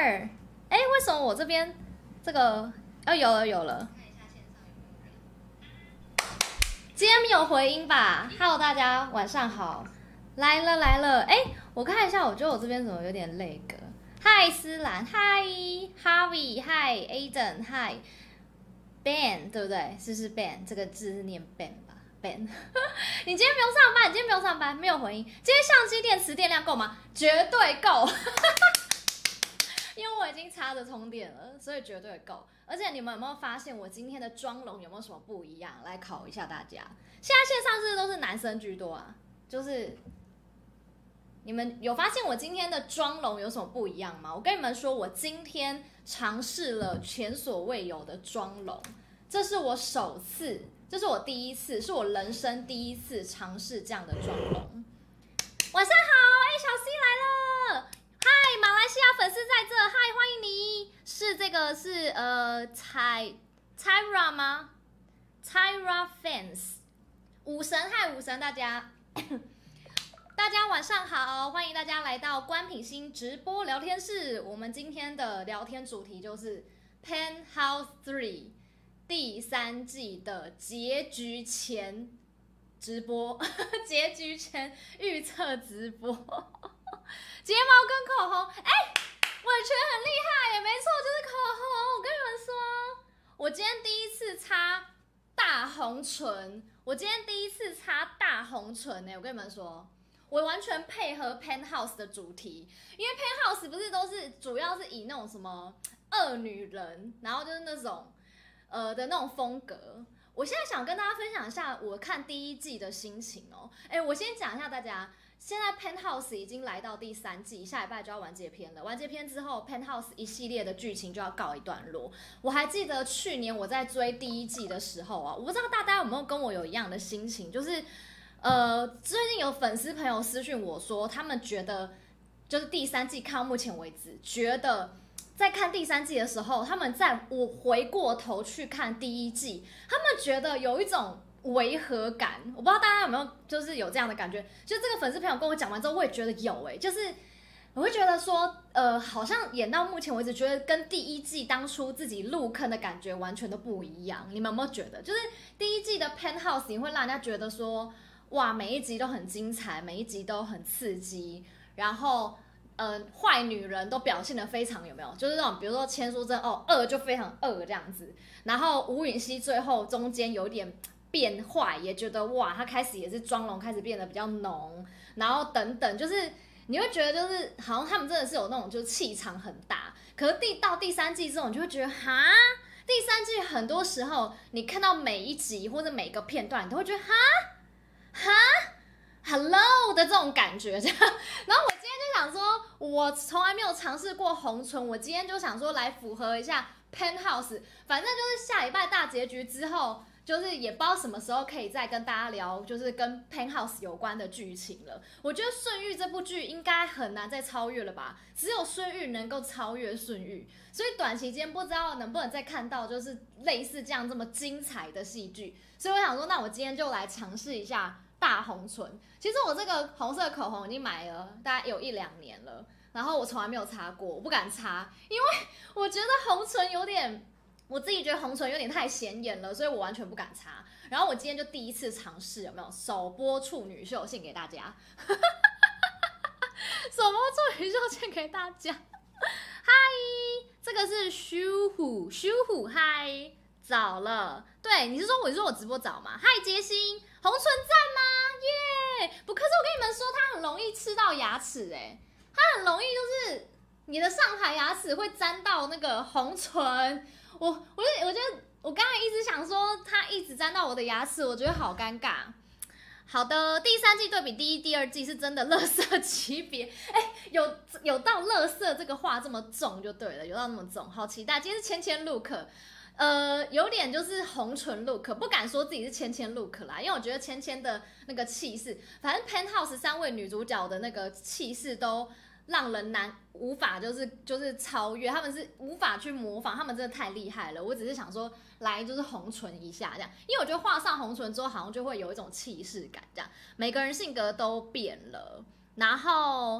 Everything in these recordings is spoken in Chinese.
哎，为什么我这边这个有了，今天没有回音吧？Hello，大家晚上好，来了，哎，我看一下，我觉得我这边怎么有点累格。嗨，思兰，嗨，Harvey，嗨，Aden，嗨，Ben，对不对？是 Ben，这个字是念 Ben 吧？Ben， 你今天没有上班，你今天没有上班，没有回音。今天相机电池电量够吗？绝对够。因为我已经插着充电了，所以绝对够。而且你们有没有发现我今天的妆容有没有什么不一样？来考一下大家。现在线上是不是都是男生居多啊？就是你们有发现我今天的妆容有什么不一样吗？我跟你们说，我今天尝试了前所未有的妆容，这是我首次，这是我第一次，是我人生第一次尝试这样的妆容。晚上好，小 C 来了。嗨，马来西亚粉丝在这，嗨，欢迎你。是这个是Tyra 吗 ？Tyra fans， 武神，嗨，武神，大家，大家晚上好，欢迎大家来到官品心直播聊天室。我们今天的聊天主题就是《Penthouse 3》第3季的结局前直播，结局前预测直播。睫毛跟口红，我的圈很厉害耶，没错，就是口红。我跟你们说，我今天第一次擦大红唇，我跟你们说，我完全配合 Penthouse 的主题，因为 Penthouse 不是都是主要是以那种什么恶女人，然后就是那种的那种风格。我现在想跟大家分享一下我看第一季的心情哦。我先讲一下大家。现在 Penthouse 已经来到第3季，下礼拜就要完结篇了。完结篇之后 ，Penthouse 一系列的剧情就要告一段落。我还记得去年我在追第1季的时候啊，我不知道大家有没有跟我有一样的心情，就是最近有粉丝朋友私讯我说，他们觉得就是第3季看到目前为止，觉得在看第3季的时候，他们在我回过头去看第1季，他们觉得有一种违和感。我不知道大家有没有就是有这样的感觉，就这个粉丝朋友跟我讲完之后，我也觉得有就是我会觉得说好像演到目前为止，觉得跟第1季当初自己入坑的感觉完全都不一样。你们有没有觉得，就是第1季的 Penthouse 你会让人家觉得说哇，每一集都很精彩，每一集都很刺激，然后坏女人都表现得非常有没有？就是那种比如说千书真恶就非常恶这样子，然后吴允熙最后中间有点变坏，也觉得哇，她开始也是妆容开始变得比较浓，然后等等，就是你会觉得就是好像他们真的是有那种就是气场很大。可是到第3季之后，你就会觉得哈，第3季很多时候你看到每一集或者每个片段，你都会觉得哈 hello 的这种感觉这样。然后我今天就想说，我从来没有尝试过红唇，我今天就想说来符合一下 Penthouse， 反正就是下礼拜大结局之后。就是也不知道什么时候可以再跟大家聊，就是跟 Penthouse 有关的剧情了。我觉得顺玉这部剧应该很难再超越了吧，只有顺玉能够超越顺玉，所以短期间不知道能不能再看到就是类似这样这么精彩的戏剧。所以我想说，那我今天就来尝试一下大红唇。其实我这个红色口红已经买了大概有1-2年了，然后我从来没有擦过，我不敢擦，因为我觉得红唇有点。我自己觉得红唇有点太显眼了，所以我完全不敢擦。然后我今天就第一次尝试，有没有首播处女秀献给大家？首播处女秀献给大家。嗨，这个是修虎，嗨，早了。对，你是说我直播早吗？嗨，杰心，红唇赞吗？耶！不，可是我跟你们说，它很容易吃到牙齿，它很容易就是你的上排牙齿会沾到那个红唇。我觉得我刚才一直想说，它一直沾到我的牙齿，我觉得好尴尬。好的，第3季对比第1、第2季是真的垃圾级别，有到垃圾这个话这么重就对了，有到那么重，好期待。今天是芊 look，有点就是红唇 look， 不敢说自己是芊 look 啦，因为我觉得芊的那个气势，反正 Penthouse 3位女主角的那个气势都。让人无法就是超越，他们是无法去模仿，他们真的太厉害了。我只是想说来就是红唇一下这样，因为我觉得画上红唇之后，好像就会有一种气势感这样。每个人性格都变了，然后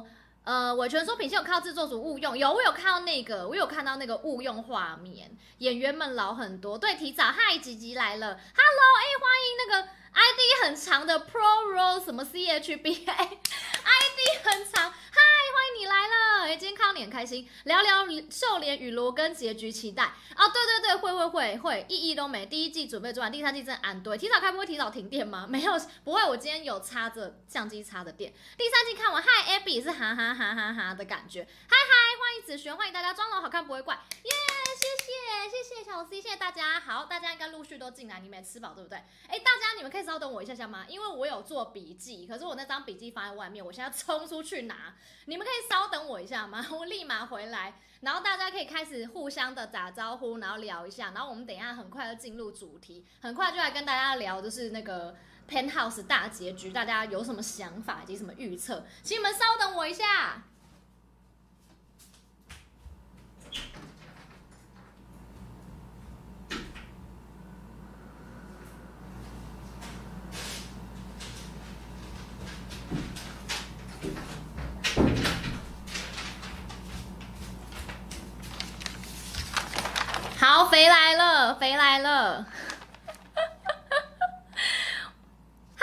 伟权说品线有看到制作组误用，我有看到那个，我有看到那个误用画面，演员们老很多。对，提早嗨，吉吉来了 ，Hello， 欢迎那个 ID 很长的 Pro Roll 什么 CHBA，ID 很长，嗨，欢迎你来了，今天看到你很开心，聊聊秀莲与罗根结局期待哦，对，会，意义都没，第一季准备做完，第三季真的安对，提早开不会提早停电吗？没有，不会，我今天有插着相机插的电，第三季看完，嗨 Abby 也是哈哈哈哈哈的感觉，嗨，欢迎子璇，欢迎大家，妆容好看不会怪，耶，谢谢小 C， 谢谢大家，好，大家应该陆续都进来，你们也吃饱对不对？大家你们可以稍等我一下吗？因为我有做笔记，可是我那张笔记放在外面，我现在冲出去拿，你们可以稍等我一下吗？我立马回来，然后大家可以开始互相的打招呼，然后聊一下，然后我们等一下很快就进入主题，很快就来跟大家聊，就是那个 Penthouse 大结局，大家有什么想法以及什么预测？请你们稍等我一下。好，肥来了。嗨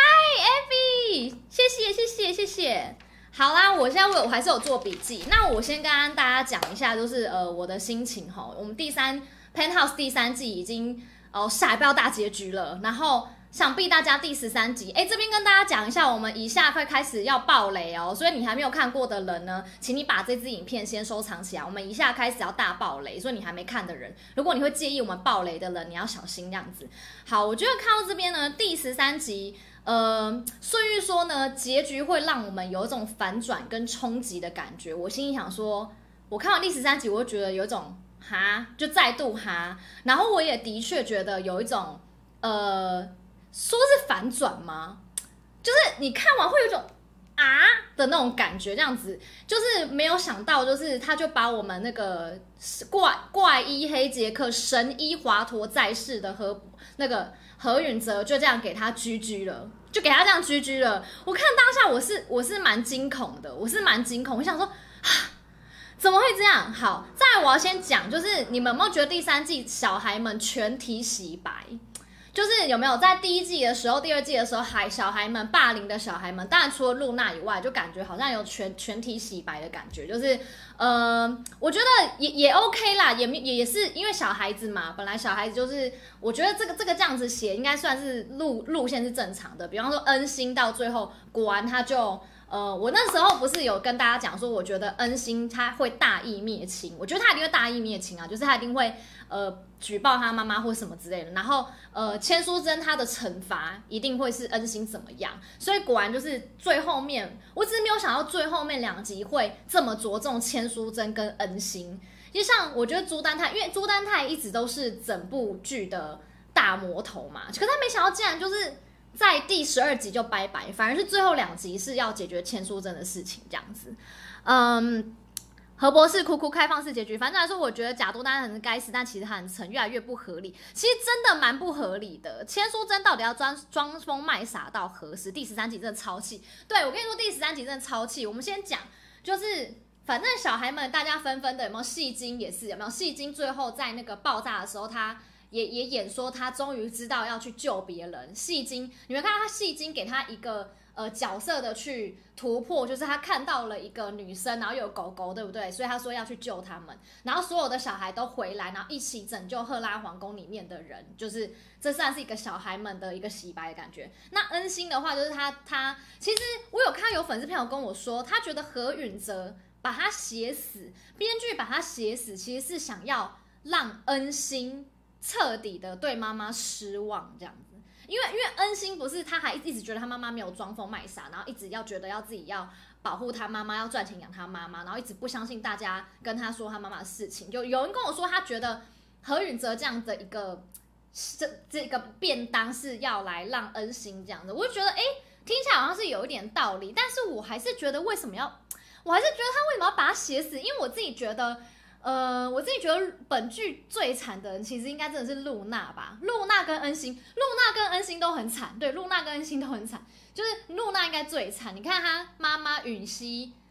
，Abby， 谢谢。好啦，我现在我还是有做笔记。那我先跟大家讲一下，就是我的心情哈。我们Penthouse 第三季已经下一步要大结局了，然后想必大家第13集，这边跟大家讲一下，我们以下快开始要爆雷哦，所以你还没有看过的人呢，请你把这支影片先收藏起来。我们以下开始要大爆雷，所以你还没看的人，如果你会介意我们爆雷的人，你要小心这样子。好，我觉得看到这边呢，第13集，顺玉说呢，结局会让我们有一种反转跟冲击的感觉。我心里想说，我看完第13集，我就觉得有一种哈，就再度哈，然后我也的确觉得有一种说是反转吗？就是你看完会有一种啊的那种感觉，这样子就是没有想到，就是他就把我们那个怪医黑杰克神医华佗在世的何允泽就这样给他GG了，就给他这样GG了。我看当下我是蛮惊恐的，我想说怎么会这样？好，再来我要先讲，就是你们有没有觉得第三季小孩们全体洗白？就是有没有在第一季的时候、第二季的时候，小孩们霸凌的小孩们，当然除了露娜以外，就感觉好像有全体洗白的感觉。就是我觉得也 OK 啦，也是因为小孩子嘛，本来小孩子就是，我觉得这个这样子写应该算是路线是正常的。比方说恩星到最后果然他就。我那时候不是有跟大家讲说，我觉得恩星他会大义灭亲，我觉得他一定会大义灭亲啊，就是他一定会举报他妈妈或什么之类的，然后千书珍他的惩罚一定会是恩星怎么样，所以果然就是最后面，我只是没有想到最后面2集会这么着重千书珍跟恩星，就像我觉得朱丹泰，因为朱丹泰一直都是整部剧的大魔头嘛，可是他没想到竟然就是在第12集就拜拜，反而是最后2集是要解决千书珍的事情这样子。何博士哭开放式结局，反正来说，我觉得贾都丹很该死，但其实他很沉，越来越不合理。其实真的蛮不合理的。千书珍到底要装疯卖傻到何时？第13集真的超气。对，我跟你说，第13集真的超气。我们先讲，就是反正小孩们大家纷纷的有没有戏精也是有没有戏精，最后在那个爆炸的时候他。也演说他终于知道要去救别人，戏精，你们看他戏精给他一个角色的去突破，就是他看到了一个女生，然后有狗狗，对不对？所以他说要去救他们，然后所有的小孩都回来，然后一起拯救赫拉皇宫里面的人，就是这算是一个小孩们的一个洗白的感觉。那恩星的话，就是他其实我有看到有粉丝朋友跟我说，他觉得何允泽把他写死，编剧把他写死，其实是想要让恩星彻底的对妈妈失望这样子，因为恩星不是他还一直觉得他妈妈没有装疯卖傻，然后一直要觉得要自己要保护他妈妈，要赚钱养他妈妈，然后一直不相信大家跟他说他妈妈的事情。就有人跟我说，他觉得何允泽这样的一个这个便当是要来让恩星这样子，我就觉得听起来好像是有一点道理，但是我还是觉得他为什么要把他写死？因为我自己觉得。我自己觉得本剧最惨的人其实应该真的是露娜吧，露娜跟恩星都很惨，对，露娜跟恩星都很惨，就是露娜应该最惨。你看她妈妈允熙，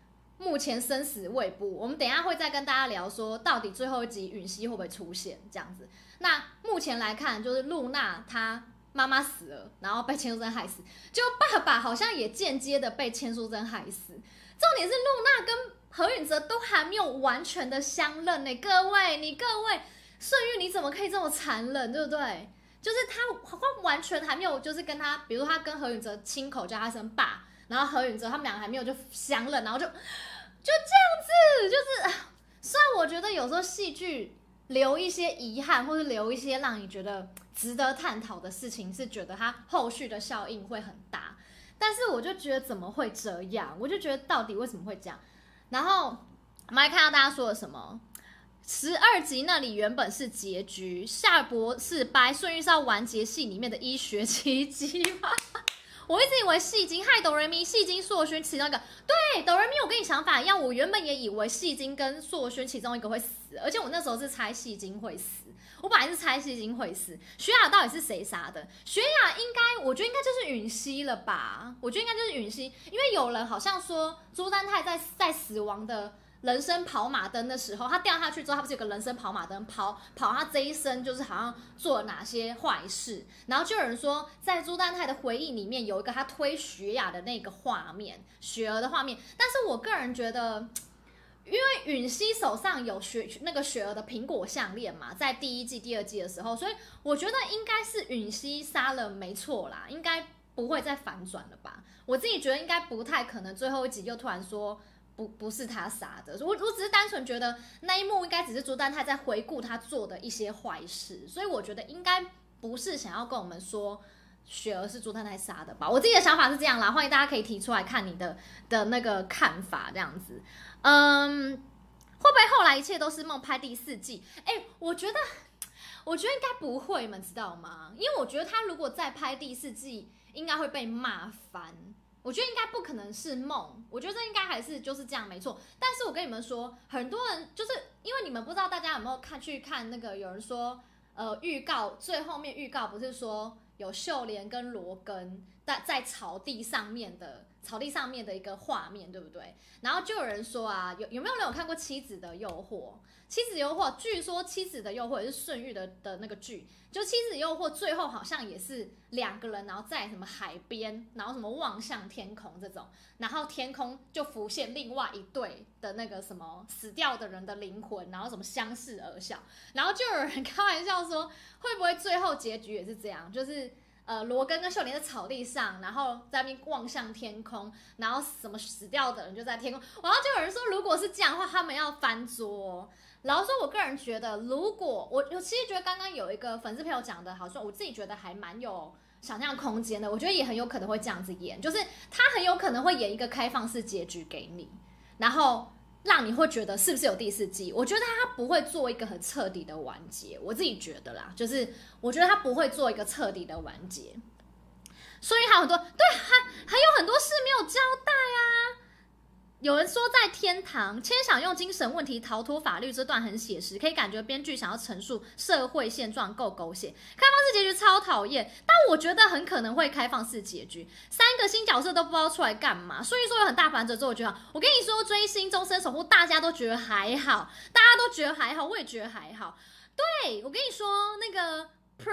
目前生死未卜，我们等一下会再跟大家聊说，到底最后一集允熙会不会出现这样子。那目前来看，就是露娜她妈妈死了，然后被千书珍害死，就爸爸好像也间接的被千书珍害死。重点是露娜跟何允哲都还没有完全的相认呢，各位顺玉你怎么可以这么残忍，对不对？就是他完全还没有，就是跟他，比如说他跟何允哲亲口叫他声爸，然后何允哲他们两个还没有就相认，然后就这样子，就是虽然我觉得有时候戏剧留一些遗憾，或是留一些让你觉得值得探讨的事情，是觉得它后续的效应会很大，但是我就觉得怎么会这样？我就觉得到底为什么会这样？然后我们来看到大家说了什么。12集那里原本是结局，夏博士掰顺玉是要完结戏里面的医学奇迹吗？我一直以为戏精害哆瑞咪、戏精硕轩其中一个，对哆瑞咪，我跟你想法一样，我原本也以为戏精跟硕轩其中一个会死，而且我那时候是猜戏精会死，我本来是猜戏精会死。雪雅到底是谁杀的？雪雅我觉得应该就是允熙了吧？我觉得应该就是允熙，因为有人好像说朱丹泰在死亡的人生跑马灯的时候，他掉下去之后，他不是有个人生跑马灯跑他这一生就是好像做了哪些坏事，然后就有人说在朱丹泰的回忆里面有一个他推雪雅的那个画面，雪儿的画面，但是我个人觉得。因为允熙手上有那个雪儿的苹果项链嘛，在第1季、第2季的时候，所以我觉得应该是允熙杀了没错啦，应该不会再反转了吧？我自己觉得应该不太可能，最后一集又突然说不是他杀的。我只是单纯觉得那一幕应该只是朱丹泰在回顾他做的一些坏事，所以我觉得应该不是想要跟我们说。雪儿是朱丹泰杀的吧？我自己的想法是这样啦，欢迎大家可以提出来看你的那个看法，这样子。会不会后来一切都是梦？拍第4季？我觉得应该不会，你们知道吗？因为我觉得他如果再拍第4季，应该会被骂翻。我觉得应该不可能是梦，我觉得这应该还是就是这样，没错。但是我跟你们说，很多人就是因为你们不知道大家有没有去看那个，有人说预告最后面预告不是说。有秀莲跟罗根在草地上面的一个画面，对不对？然后就有人说啊，有没有人有看过《妻子的诱惑》？《妻子诱惑》据说《妻子的诱惑》也是顺玉的那个剧，就《妻子诱惑》最后好像也是2个人，然后在什么海边，然后什么望向天空这种，然后天空就浮现另外一对的那个什么死掉的人的灵魂，然后什么相视而笑，然后就有人开玩笑说，会不会最后结局也是这样，就是。罗根跟秀莲在草地上，然后在那边望向天空，然后什么死掉的人就在天空，然后就有人说，如果是这样的话，他们要翻桌。然后说，我个人觉得，如果我其实觉得刚刚有一个粉丝朋友讲的好像我自己觉得还蛮有想象空间的，我觉得也很有可能会这样子演，就是他很有可能会演一个开放式结局给你，然后。让你会觉得是不是有第4季？我觉得他不会做一个很彻底的完结，我自己觉得啦，就是我觉得他不会做一个彻底的完结，所以还有很多对，还有很多事没有交代啊。有人说在天堂，千想用精神问题逃脱法律这段很写实，可以感觉编剧想要陈述社会现状够狗血。开放式结局超讨厌，但我觉得很可能会开放式结局。3个新角色都不知道出来干嘛，所以说有很大反转之后，我觉得我跟你说，追星终身守护大家都觉得还好，我也觉得还好。对，我跟你说那个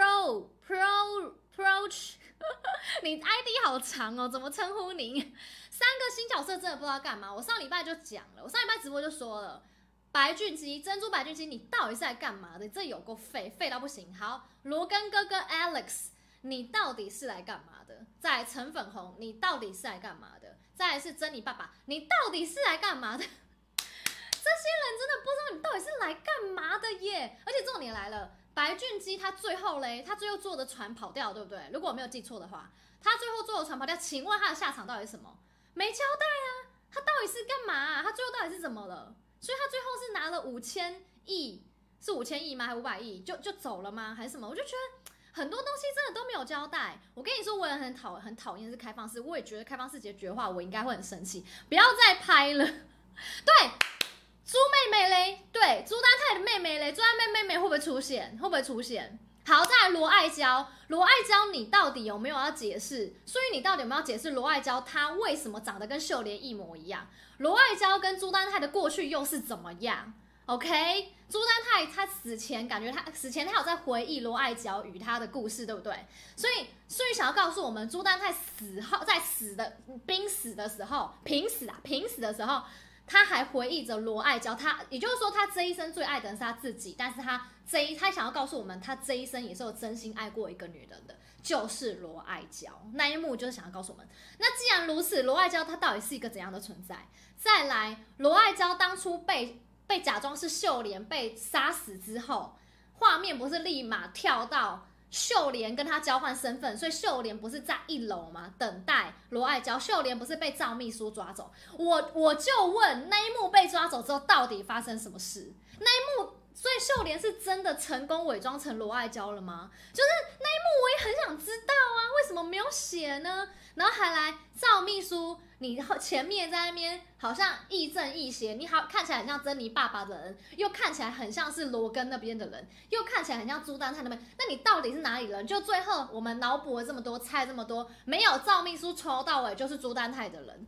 Proach 你 ID 好长哦，怎么称呼您？3个新角色真的不知道干嘛。我上礼拜就讲了，我上礼拜直播就说了，白俊基珍珠白俊基，你到底是来干嘛的？你这有够废到不行。好，罗根哥哥 Alex， 你到底是来干嘛的？再来陈粉红，你到底是来干嘛的？再来是珍妮爸爸，你到底是来干嘛的？这些人真的不知道你到底是来干嘛的耶！而且重点来了。白俊基他最后坐的船跑掉，对不对？如果我没有记错的话，他最后坐的船跑掉，请问他的下场到底是什么？没交代啊！他到底是干嘛啊？他最后到底是怎么了？所以他最后是拿了5000亿，是5000亿吗？还是500亿就走了吗？还是什么？我就觉得很多东西真的都没有交代。我跟你说，我也很讨厌是开放式，我也觉得开放式结局的话，我应该会很生气，不要再拍了。对。朱妹妹嘞，对，朱丹泰的妹妹嘞，朱丹妹妹会不会出现？ 好，再来罗爱娇，罗爱娇你到底有没有要解释？所以你到底有没有解释罗爱娇她为什么长得跟秀莲一模一样？罗爱娇跟朱丹泰的过去又是怎么样 ？OK， 朱丹泰他死前感觉他有在回忆罗爱娇与他的故事，对不对？所以想要告诉我们，朱丹泰死后在濒死的时候，濒死的时候。他还回忆着罗爱娇，也就是说，他这一生最爱的人是他自己，但是他想要告诉我们，他这一生也是有真心爱过一个女人的，就是罗爱娇。那一幕就是想要告诉我们，那既然如此，罗爱娇她到底是一个怎样的存在？再来，罗爱娇当初被假装是秀莲被杀死之后，画面不是立马跳到秀莲跟他交换身份，所以秀莲不是在1楼吗？等待罗爱娇，秀莲不是被赵秘书抓走？我就问，那一幕被抓走之后，到底发生什么事？那一幕，所以秀莲是真的成功伪装成罗爱娇了吗？就是那一幕，我也很想知道啊，为什么没有写呢？然后还来赵秘书，你前面在那边好像亦正亦邪，你好看起来很像珍妮爸爸的人，又看起来很像是罗根那边的人，又看起来很像朱丹泰那边，那你到底是哪里人？就最后我们脑补了这么多，猜这么多，没有赵秘书从头到尾就是朱丹泰的人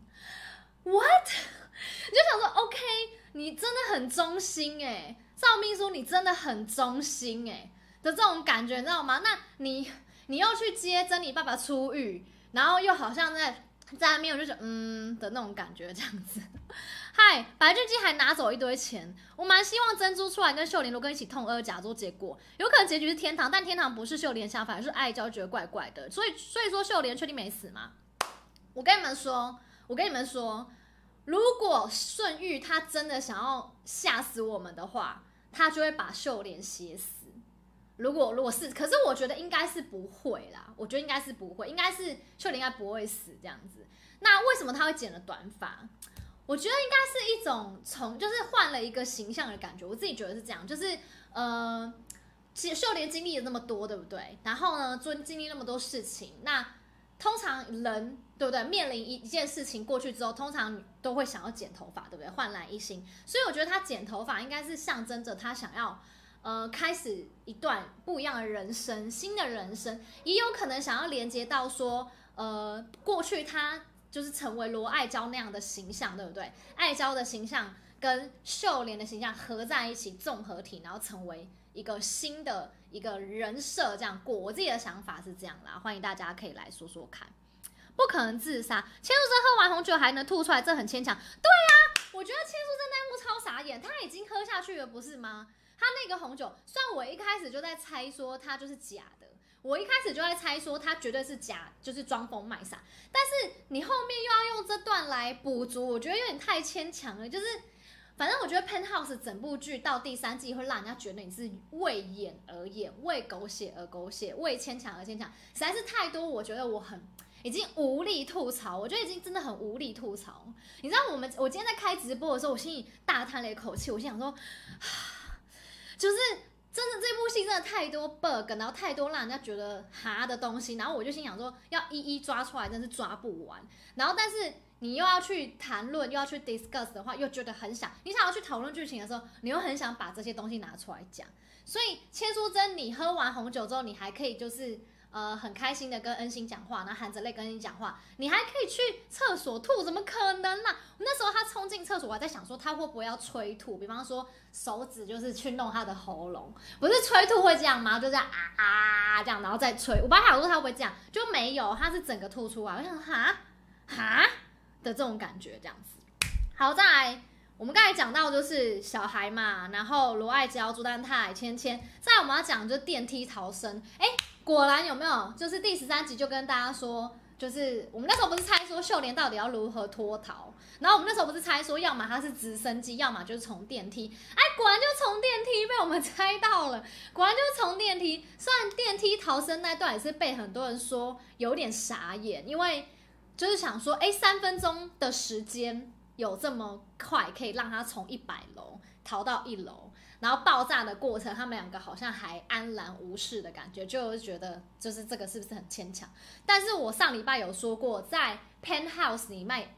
，what？ 你就想说 ，OK， 你真的很忠心赵秘书你真的很忠心的这种感觉，你知道吗？那你又去接珍妮爸爸出狱。然后又好像在那边，我就觉得的那种感觉这样子。嗨，白俊基还拿走一堆钱，我蛮希望珍珠出来跟秀莲罗根一起痛殴假做结果，有可能结局是天堂，但天堂不是秀莲想法，而是爱娇觉得怪怪的，所以说秀莲确定没死吗？我跟你们说，如果顺玉他真的想要吓死我们的话，他就会把秀莲写死。如果是，可是我觉得应该是不会啦。我觉得应该是不会，应该是秀莲应该不会死这样子。那为什么他会剪了短发？我觉得应该是一种就是换了一个形象的感觉。我自己觉得是这样，就是其实秀莲经历了那么多，对不对？然后呢，经历那么多事情，那通常人对不对？面临一件事情过去之后，通常都会想要剪头发，对不对？焕然一新。所以我觉得他剪头发应该是象征着他想要。开始一段不一样的人生，新的人生，也有可能想要连接到说，过去他就是成为罗爱娇那样的形象，对不对？爱娇的形象跟秀莲的形象合在一起，综合体，然后成为一个新的一个人设，这样过。我自己的想法是这样啦，欢迎大家可以来说说看。不可能自杀，千树真喝完红酒还能吐出来，这很牵强。对啊，我觉得千树真那幕超傻眼，他已经喝下去了，不是吗？他那个红酒，虽然我一开始就在猜说它就是假的，我一开始就在猜说它绝对是假，就是装疯卖傻。但是你后面又要用这段来补足，我觉得有点太牵强了。就是反正我觉得《Penthouse》整部剧到第3季会让人家觉得你是为演而演，为狗血而狗血，为牵强而牵强，实在是太多。我觉得我已经无力吐槽，我觉得已经真的很无力吐槽。你知道我今天在开直播的时候，我心里大叹了一口气，我心想说。就是真的这部戏真的太多 bug， 然后太多让人家觉得哈的东西，然后我就心想说要一一抓出来，真是抓不完。然后但是你又要去谈论，又要去 discuss 的话，又觉得很想，你想要去讨论剧情的时候，你又很想把这些东西拿出来讲。所以千书真，你喝完红酒之后，你还可以就是很开心的跟恩星讲话，然后含着泪跟恩星讲话，你还可以去厕所吐，怎么可能啊？那时候他冲进厕所，我还在想说他会不会要催吐，比方说手指就是去弄他的喉咙，不是催吐会这样吗？就这样这样，然后再吹。我本来想说他会不会这样，就没有，他是整个吐出来。我想说哈的这种感觉这样子。好，再来。我们刚才讲到就是小孩嘛，然后罗爱娇、朱丹泰、芊芊，再来我们要讲就是电梯逃生。果然有没有？就是第13集就跟大家说，就是我们那时候不是猜说秀莲到底要如何脱逃，然后我们那时候不是猜说，要么它是直升机，要么就是从电梯。果然就从电梯被我们猜到了，果然就是从电梯。虽然电梯逃生那段也是被很多人说有点傻眼，因为就是想说，3分钟的时间。有这么快可以让他从100楼逃到1楼，然后爆炸的过程，他们两个好像还安然无事的感觉，就觉得就是这个是不是很牵强？但是我上礼拜有说过，在 Penthouse 里面，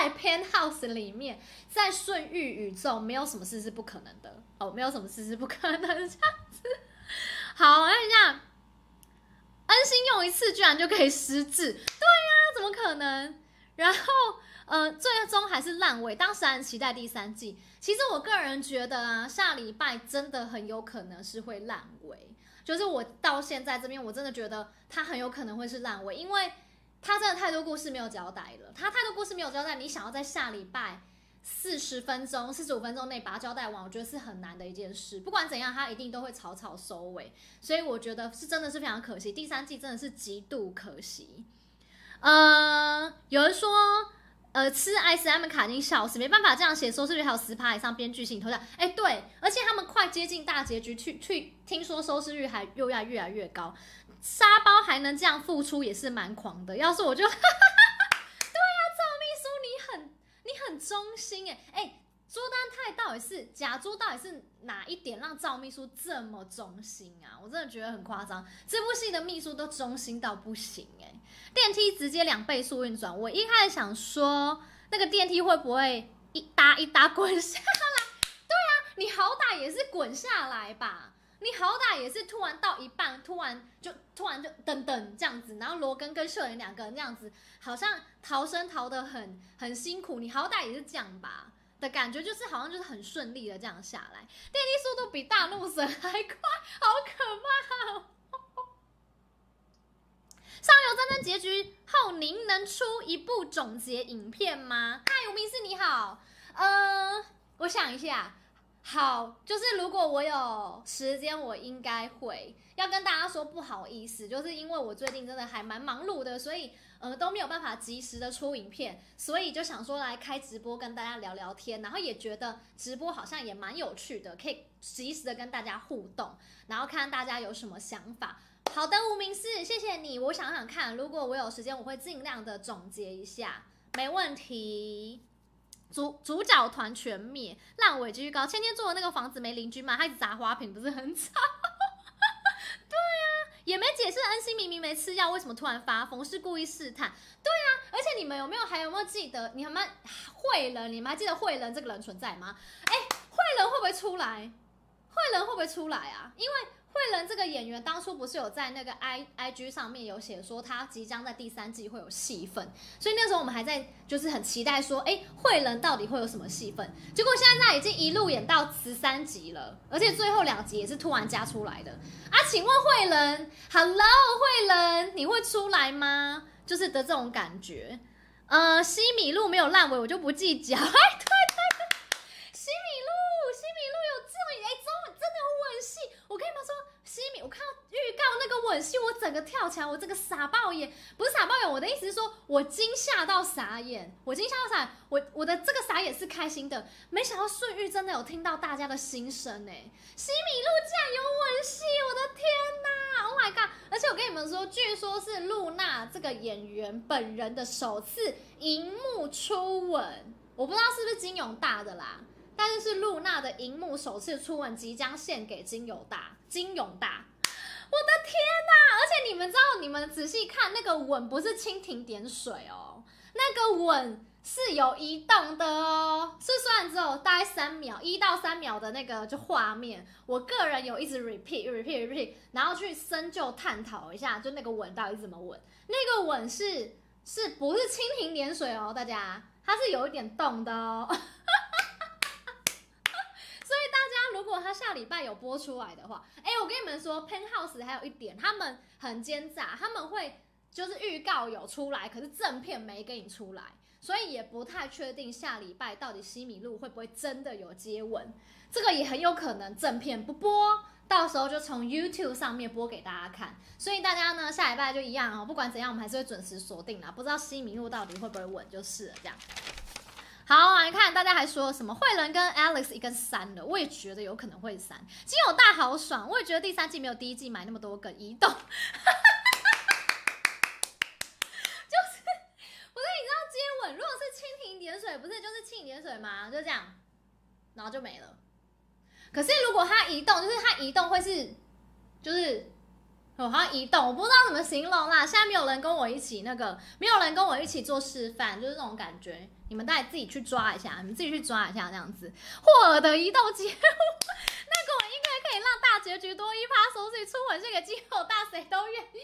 在顺玉宇宙，没有什么事是不可能的哦，没有什么事是不可能的这样子。好，我看一下。 恩星用一次居然就可以失智，对呀，怎么可能？然后最终还是烂尾。当时很期待第3季，其实我个人觉得啊，下礼拜真的很有可能是会烂尾。就是我到现在这边，我真的觉得它很有可能会是烂尾，因为它真的太多故事没有交代了。它太多故事没有交代，你想要在下礼拜40分钟、45分钟内把它交代完，我觉得是很难的一件事。不管怎样，它一定都会草草收尾，所以我觉得是真的是非常可惜。第3季真的是极度可惜。有人说，吃 SM 卡已经笑死，没办法这样写，收视率还有10%以上，编剧请投降。对，而且他们快接近大结局，去听说收视率还又要越来越高，沙包还能这样付出也是蛮狂的。要是我就，对呀，赵秘书你很忠心朱丹泰到底是假朱，到底是哪一点让赵秘书这么忠心啊？我真的觉得很夸张，这部戏的秘书都忠心到不行电梯直接2倍速运转，我一开始想说那个电梯会不会一搭一搭滚下来？对啊，你好歹也是滚下来吧，你好歹也是突然到一半，突然就噔噔这样子，然后罗根跟秀妍2个人这样子，好像逃生逃得很辛苦，你好歹也是这样吧。的感觉就是好像就是很顺利的这样下来，电梯速度比大怒神还快，好可怕哦！上游战争结局后，您能出一部总结影片吗？嗨，无名氏你好，我想一下，好，就是如果我有时间，我应该会要跟大家说不好意思，就是因为我最近真的还蛮忙碌的，所以都没有办法及时的出影片，所以就想说来开直播跟大家聊聊天，然后也觉得直播好像也蛮有趣的，可以及时的跟大家互动，然后看大家有什么想法。好的，无名氏，谢谢你。我想想看，如果我有时间，我会尽量的总结一下，没问题。主角团全灭，烂尾继续高。千天做的那个房子没邻居吗？他一直砸花瓶，不是很吵？对啊，也没解释恩星明明没吃药，为什么突然发疯？是故意试探？对啊，而且你们还有没有记得？你们慧仁，你们还记得慧仁这个人存在吗？慧仁会不会出来？慧仁会不会出来啊？因为慧仁这个演员当初不是有在那个 IG 上面有写说他即将在第3季会有戏份，所以那时候我们还在就是很期待说，慧仁到底会有什么戏份？结果现在已经一路演到13集了，而且最后2集也是突然加出来的啊！请问慧仁 ，Hello， 慧仁，你会出来吗？就是的这种感觉。西米露没有烂尾，我就不计较。对。西米露有这种真的吻戏，我跟你们说，我看到预告那个吻戏，我整个跳起来，我这个傻爆眼，不是傻爆眼，我的意思是说，我惊吓到傻眼，我的这个傻眼是开心的，没想到顺玉真的有听到大家的心声西米露竟然有吻戏，我的天哪 ，Oh my god！ 而且我跟你们说，据说是露娜这个演员本人的首次荧幕初吻，我不知道是不是金永大的啦。但是露娜的荧幕首次初吻即将献给金永大，我的天哪！而且你们知道，你们仔细看那个吻不是蜻蜓点水哦，那个吻是有移动的哦，虽然只有大概3秒，1到3秒的那个就画面，我个人有一直 repeat， 然后去深究探讨一下，就那个吻到底怎么吻，那个吻是不是蜻蜓点水哦，大家，它是有一点动的哦。如果他下礼拜有播出来的话，我跟你们说 Penthouse 还有一点，他们很奸诈，他们会就是预告有出来，可是正片没给你出来，所以也不太确定下礼拜到底西米露会不会真的有接吻，这个也很有可能正片不播，到时候就从 YouTube 上面播给大家看，所以大家呢下礼拜就一样哦，不管怎样我们还是会准时锁定啦，不知道西米露到底会不会吻就是了这样。好，来看大家还说什么慧仁跟 Alex 一根删了，我也觉得有可能会删。金友大好爽，我也觉得第3季没有第1季买那么多梗移动，就是不是你知道接吻，如果是蜻蜓点水，不是就是蜻蜓点水吗？就这样，然后就没了。可是如果它移动，就是它移动会是就是好像移动，我不知道怎么形容啦。现在没有人跟我一起没有人跟我一起做示范，就是那种感觉。你们大家自己去抓一下，这样子。霍尔的移动节目，那个我应该可以让大结局多1%收视，出吻献给肌肉大，谁都愿意。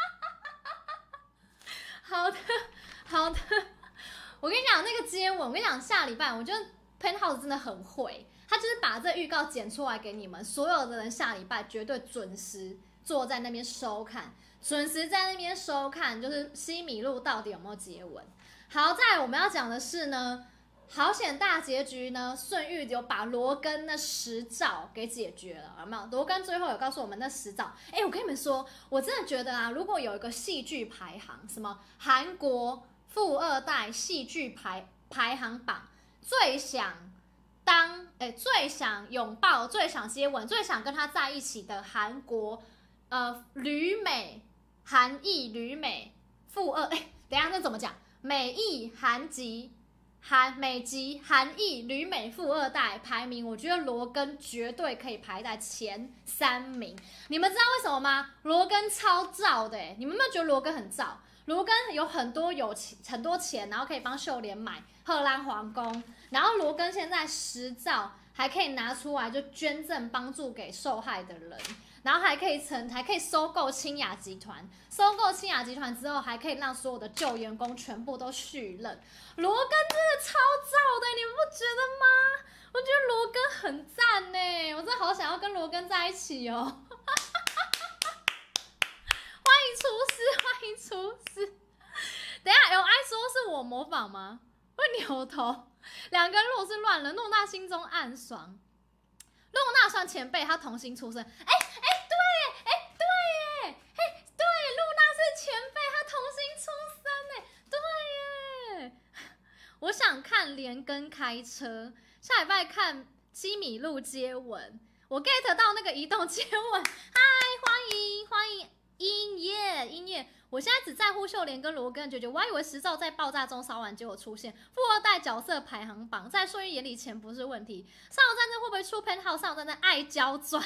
好的，好的。我跟你讲那个接吻，我跟你讲下礼拜，我觉得 Penthouse 真的很会，他就是把这预告剪出来给你们，所有的人下礼拜绝对准时坐在那边收看，准时在那边收看，就是西米露到底有没有接吻。好，再来我们要讲的是呢，好险大结局呢，顺玉有把罗根那10兆给解决了，有没有？罗根最后有告诉我们那10兆。我跟你们说，我真的觉得啊，如果有一个戏剧排行，什么韩国富二代戏剧排行榜，最想最想拥抱、最想接吻、最想跟他在一起的韩国旅美韩裔旅美富二，等一下那怎么讲？美裔韩籍。美籍韩裔旅美富二代排名，我觉得罗根绝对可以排在前3名。你们知道为什么吗？罗根超燥的，你们有没有觉得罗根很燥？罗根有很多钱，然后可以帮秀莲买荷兰皇宫，然后罗根现在10兆还可以拿出来就捐赠帮助给受害的人。然后还可以收购清雅集团，收购清雅集团之后，还可以让所有的旧员工全部都续任。罗根真的超燥的，你们不觉得吗？我觉得罗根很赞呢，我真的好想要跟罗根在一起哦。欢迎出师，欢迎出师。等一下有爱说是我模仿吗？会扭头，两个人如果是乱人，诺娜心中暗爽。诺娜算前辈，她童星出身。对，露娜是前辈，她童星出身。对耶。我想看连根开车，下礼拜看基米露接吻。我 get 到那个移动接吻。嗨，欢迎音乐。我现在只在乎秀莲跟罗根的决绝，我还以为10兆在爆炸中烧完，结果出现富二代角色排行榜，在顺玉眼里钱不是问题。上游战争会不会出 Penthouse？ 上游战争爱娇传，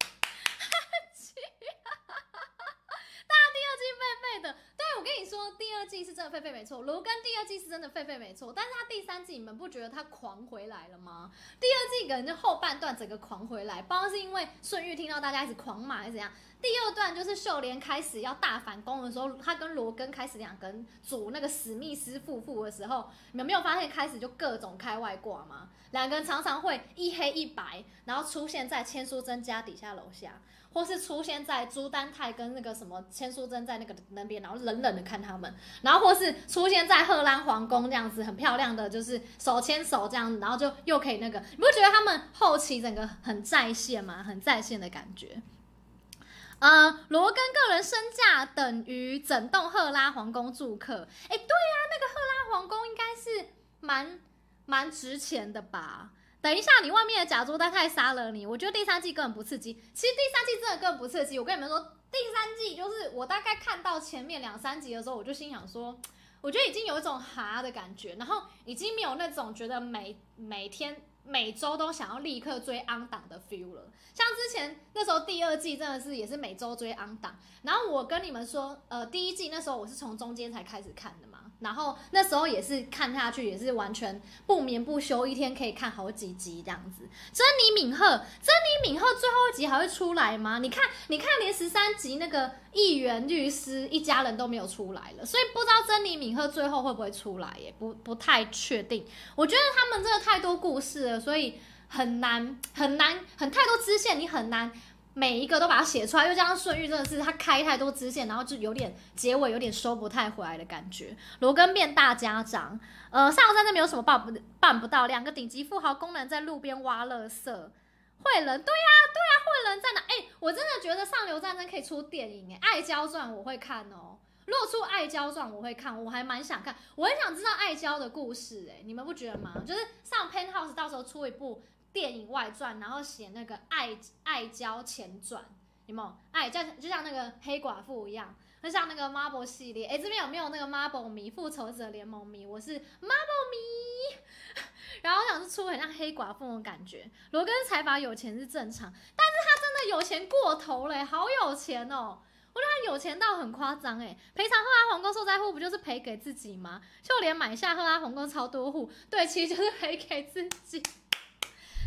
大家第2季狒狒的，对，我跟你说，第2季是真的狒狒没错，罗根第2季是真的狒狒没错，但是他第3季你们不觉得他狂回来了吗？第2季可能就后半段整个狂回来，不知道是因为顺玉听到大家一直狂骂还是怎样。第2段就是秀莲开始要大反攻的时候，他跟罗根开始2个人组那个史密斯夫妇的时候，你们没有发现开始就各种开外挂吗？2个人常常会一黑一白，然后出现在千书珍家底下楼下，或是出现在朱丹泰跟那个什么千书珍在那边，然后冷冷的看他们，然后或是出现在荷兰皇宫这样子很漂亮的，就是手牵手这样子，然后就又可以那个，你不觉得他们后期整个很在线吗？很在线的感觉。罗根个人身价等于整栋赫拉皇宫住客。对啊，那个赫拉皇宫应该是蛮值钱的吧？等一下，你外面的假朱丹泰杀了你，我觉得第3季根本不刺激。其实第3季真的根本不刺激。我跟你们说，第3季就是我大概看到前面2、3集的时候，我就心想说，我觉得已经有一种哈的感觉，然后已经没有那种觉得每天每周都想要立刻追 on 档的 feel 了。像之前那时候第2季真的是也是每周追 on 档，然后我跟你们说，第1季那时候我是从中间才开始看的嘛，然后那时候也是看下去也是完全不眠不休，一天可以看好几集这样子。珍妮敏赫最后一集还会出来吗？你看连13集那个议员律师一家人都没有出来了，所以不知道珍妮敏赫最后会不会出来耶，不太确定。我觉得他们真的太多故事了，所以很太多支线，你很难每一个都把它写出来，又加上顺玉真的是他开太多支线，然后就有点结尾有点收不太回来的感觉。罗根变大家长，上游战争没有什么办不到，2个顶级富豪工人在路边挖垃圾。惠人，对啊，惠人在哪？我真的觉得上流战争可以出电影爱娇传我会看哦。如果出爱娇传我会看，我还蛮想看，我很想知道爱娇的故事你们不觉得吗？就是上 Penthouse 到时候出一部电影外传，然后写那个爱娇前传，有没有？就像那个黑寡妇一样，就像那个 Marvel 系列。这边有没有那个 Marvel 迷、复仇者联盟迷？我是 Marvel 迷。然后我想是出很像黑寡妇的感觉。罗根财阀有钱是正常，但是他真的有钱过头了，好有钱哦！我觉得他有钱到很夸张赔偿赫拉皇宫受灾户不就是赔给自己吗？秀莲买下赫拉皇宫超多户，对，其实就是赔给自己。上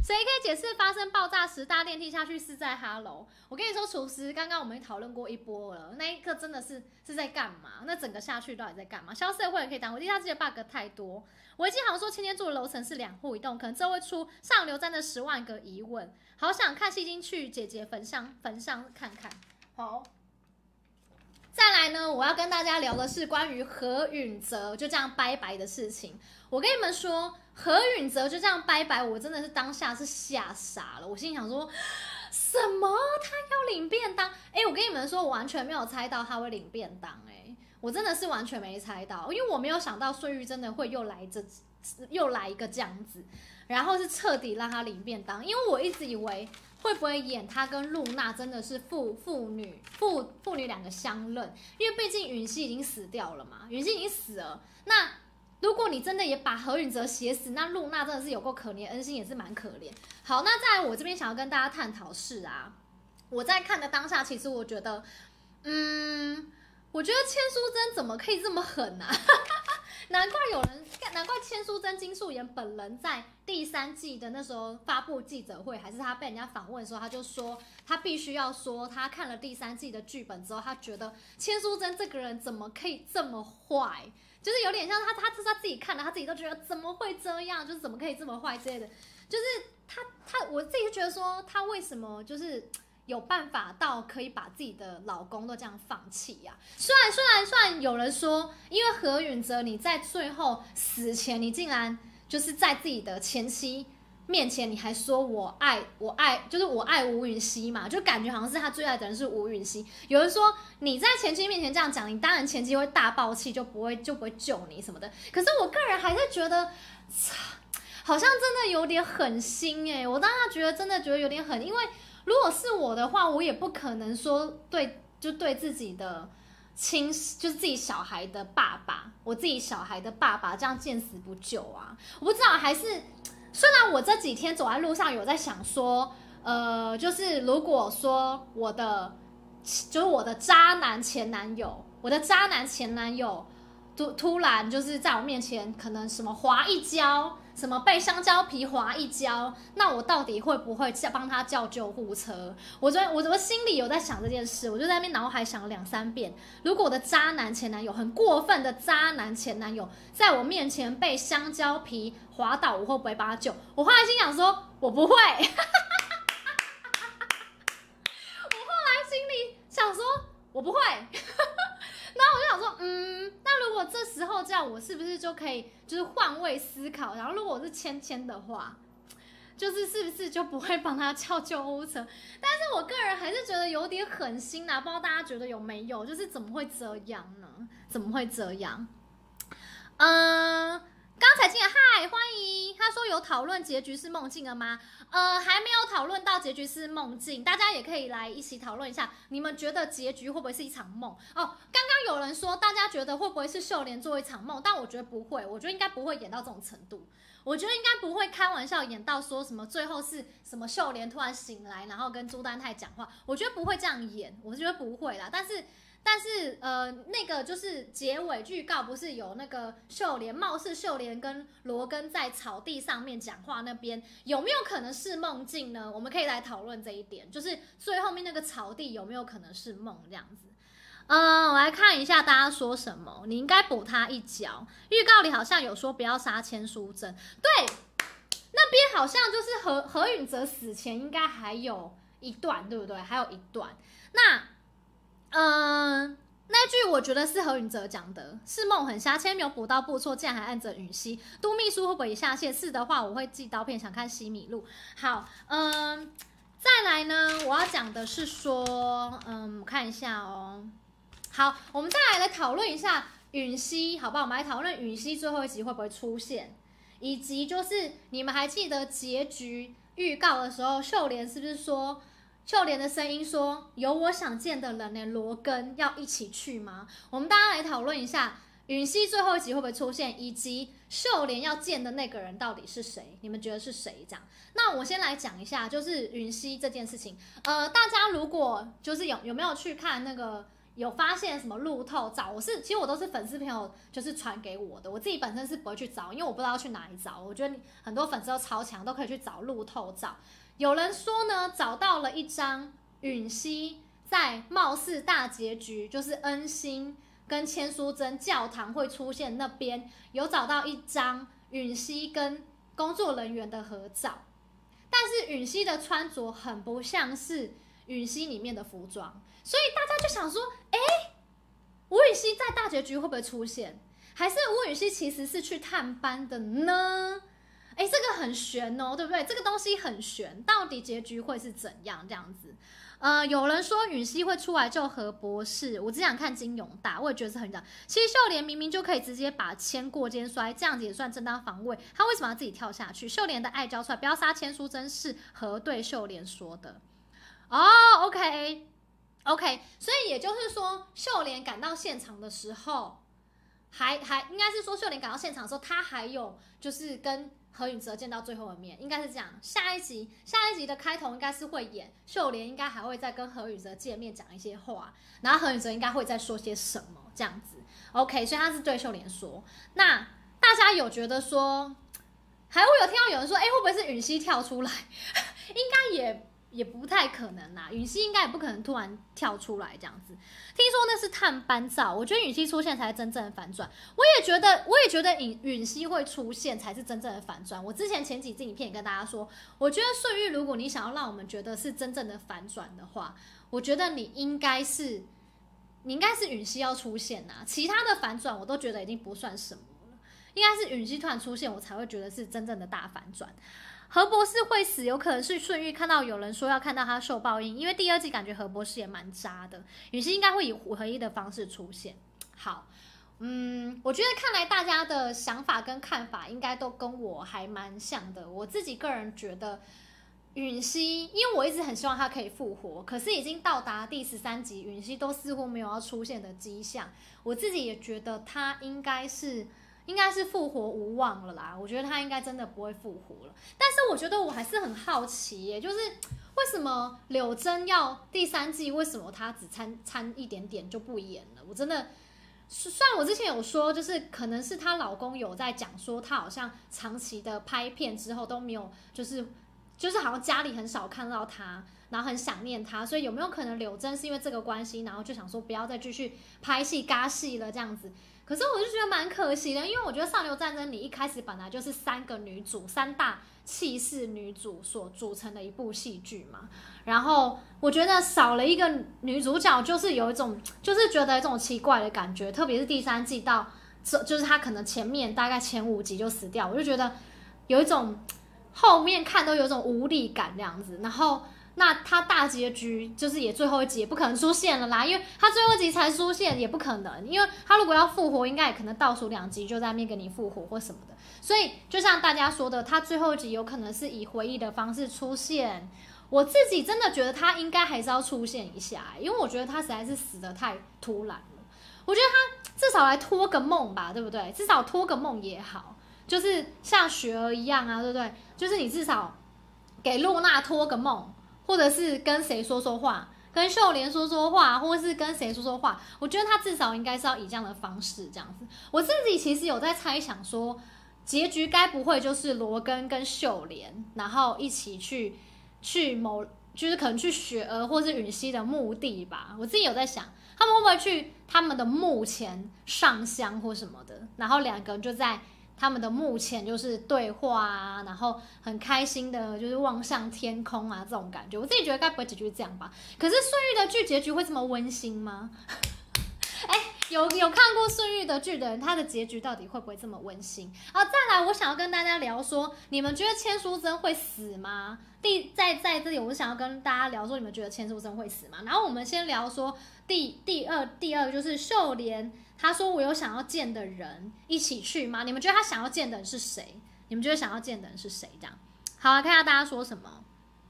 谁可以解释发生爆炸时搭电梯下去是在哈楼？我跟你说，厨师刚刚我们也讨论过一波了，那一刻真的是在干嘛？那整个下去到底在干嘛？消社会也可以当，我地下室的 bug 太多。维基好像说千间住的楼层是2户1栋，可能这会出上流站的10万个疑问。好想看戏精去姐姐坟上看看。好。再来呢，我要跟大家聊的是关于何允哲就这样拜拜的事情。我跟你们说，何允哲就这样拜拜，我真的是当下是吓傻了。我心里想说，什么？他要领便当？我跟你们说，我完全没有猜到他会领便当。我真的是完全没猜到，因为我没有想到岁玉真的会又来一个这样子，然后是彻底让他领便当，因为我一直以为。会不会演他跟露娜真的是父女2个相认？因为毕竟允熙已经死掉了嘛，允熙已经死了。那如果你真的也把何允哲写死，那露娜真的是有够可怜，恩星也是蛮可怜。好，那在我这边想要跟大家探讨是啊，我在看的当下，其实我觉得，我觉得千淑珍怎么可以这么狠啊？难怪千淑珍金素妍本人在第3季的那时候发布记者会，还是他被人家访问的时候，他就说他必须要说，他看了第3季的剧本之后，他觉得千淑珍这个人怎么可以这么坏，就是有点像他自己看了，他自己都觉得怎么会这样，就是怎么可以这么坏之类的，就是我自己就觉得说他为什么就是。有办法到可以把自己的老公都这样放弃呀？虽然有人说，因为何允哲你在最后死前，你竟然就是在自己的前妻面前，你还说我爱，就是我爱吴允熙嘛，就感觉好像是他最爱的人是吴允熙。有人说你在前妻面前这样讲，你当然前妻会大爆气，就不会救你什么的。可是我个人还是觉得，好像真的有点狠心我当时真的觉得有点狠，因为。如果是我的话，我也不可能说对自己的就是自己小孩的爸爸，我自己小孩的爸爸这样见死不救啊！我不知道，还是虽然我这几天走在路上有在想说，就是如果说我的渣男前男友，突然就是在我面前，可能什么滑一跤，什么被香蕉皮滑一跤，那我到底会不会帮他叫救护车？我心里有在想这件事，我就在那边脑海想了2、3遍。如果我的渣男前男友，很过分的渣男前男友，在我面前被香蕉皮滑倒，我会不会帮他救？我后来心想说，我不会。我后来心里想说，我不会。然后我就想说，那如果这时候这样，我是不是就可以就是换位思考？然后如果我是芊的话，就是是不是就不会帮他叫救护车？但是我个人还是觉得有点狠心啦，不知道大家觉得有没有？就是怎么会这样呢？怎么会这样？刚才进来，嗨，欢迎。他说有讨论结局是梦境了吗？还没有讨论到结局是梦境，大家也可以来一起讨论一下，你们觉得结局会不会是一场梦？刚刚有人说大家觉得会不会是秀莲做一场梦，但我觉得不会，我觉得应该不会演到这种程度，我觉得应该不会开玩笑演到说什么最后是什么秀莲突然醒来，然后跟朱丹泰讲话，我觉得不会这样演，我觉得不会啦，但是那个就是结尾预告不是有那个貌似秀莲跟罗根在草地上面讲话那边，有没有可能是梦境呢？我们可以来讨论这一点，就是最后面那个草地有没有可能是梦这样子。我来看一下大家说什么，你应该补他一脚。预告里好像有说不要杀千淑珍，对，那边好像就是何允哲死前应该还有一段，对不对？还有一段，那句我觉得是何允哲讲的，是梦很瞎，千没有补到不错，竟然还按着允熙。都秘书会不会也下线？是的话，我会寄刀片，想看西米露。好，再来呢，我要讲的是说，我看一下哦。好，我们再来讨论一下允熙，好不好？我们来讨论允熙最后一集会不会出现，以及就是你们还记得结局预告的时候，秀莲是不是说？秀莲的声音说：“有我想见的人呢，罗根要一起去吗？”我们大家来讨论一下，允熙最后一集会不会出现，以及秀莲要见的那个人到底是谁？你们觉得是谁？这样，那我先来讲一下，就是允熙这件事情。大家如果就是有没有去看那个有发现什么路透找，其实我都是粉丝朋友就是传给我的，我自己本身是不会去找，因为我不知道要去哪里找。我觉得很多粉丝都超强，都可以去找路透照。有人说呢，找到了一张允熙在貌似大结局，就是恩星跟千书珍教堂会出现那边，有找到一张允熙跟工作人员的合照，但是允熙的穿着很不像是允熙里面的服装，所以大家就想说，吴允熙在大结局会不会出现？还是吴允熙其实是去探班的呢？这个很悬哦，对不对？这个东西很悬，到底结局会是怎样？这样子，有人说允熙会出来救何博士，我只想看金永大，我也觉得是很讲。其实秀莲明明就可以直接把千过肩摔，这样子也算正当防卫，他为什么要自己跳下去？秀莲的爱交出来，不要杀千书真是何对秀莲说的？OK， 所以也就是说，秀莲赶到现场的时候，还应该是说秀莲赶到现场的时候，他还有就是跟何允哲见到最后一面，应该是这样。下一集的开头应该是会演秀莲应该还会再跟何允哲见面讲一些话，然后何允哲应该会再说些什么这样子。OK， 所以他是对秀莲说。那大家有觉得说，还会有听到有人说，会不会是允熙跳出来？应该也不太可能啦，允熙应该也不可能突然跳出来这样子。听说那是探班照，我觉得允熙出现才是真正的反转。我也觉得允熙会出现才是真正的反转。我之前前几支影片也跟大家说，我觉得顺玉，如果你想要让我们觉得是真正的反转的话，我觉得你应该是允熙要出现呐，其他的反转我都觉得已经不算什么了，应该是允熙突然出现，我才会觉得是真正的大反转。何博士会死，有可能是顺玉看到有人说要看到他受报应，因为第二季感觉何博士也蛮渣的，允熙应该会以合一的方式出现。好，我觉得看来大家的想法跟看法应该都跟我还蛮像的。我自己个人觉得允熙，因为我一直很希望他可以复活，可是已经到达第13集，允熙都似乎没有要出现的迹象。我自己也觉得他应该是复活无望了啦，我觉得他应该真的不会复活了。但是我觉得我还是很好奇耶，就是为什么柳真要第3季，为什么他只参一点点就不演了？我真的，虽然我之前有说，就是可能是她老公有在讲说，她好像长期的拍片之后都没有，就是好像家里很少看到她，然后很想念她，所以有没有可能柳真是因为这个关系，然后就想说不要再继续拍戏尬戏了这样子？可是我就觉得蛮可惜的，因为我觉得《上流战争》你一开始本来就是3个女主，3大气势女主所组成的一部戏剧嘛，然后我觉得少了一个女主角，就是有一种就是觉得一种奇怪的感觉，特别是第3季到就是她可能前面大概前5集就死掉，我就觉得有一种后面看都有一种无力感这样子，然后。那他大结局就是也最后一集也不可能出现了啦，因为他最后一集才出现也不可能，因为他如果要复活，应该也可能倒数2集就在那边给你复活或什么的。所以就像大家说的，他最后一集有可能是以回忆的方式出现。我自己真的觉得他应该还是要出现一下，因为我觉得他实在是死得太突然了。我觉得他至少来托个梦吧，对不对？至少托个梦也好，就是像雪儿一样啊，对不对？就是你至少给露娜托个梦。或者是跟谁说说话，跟秀莲说说话，或者是跟谁说说话，我觉得他至少应该是要以这样的方式这样子。我自己其实有在猜想说，结局该不会就是罗根跟秀莲，然后一起去就是可能去雪儿或是允熙的墓地吧。我自己有在想，他们会不会去他们的墓前上香或什么的，然后2个人就在。他们的墓前就是对话啊，然后很开心的，就是望向天空啊，这种感觉，我自己觉得该不会结局是这样吧？可是顺玉的剧结局会这么温馨吗？有看过顺玉的剧的人，他的结局到底会不会这么温馨？好，再来，我想要跟大家聊说，你们觉得千书真会死吗？在这里，我想要跟大家聊说，你们觉得千书真会死吗？然后我们先聊说第二就是秀莲。他说：“我有想要见的人一起去吗？你们觉得他想要见的人是谁？你们觉得想要见的人是谁？这样好啊，看一下大家说什么。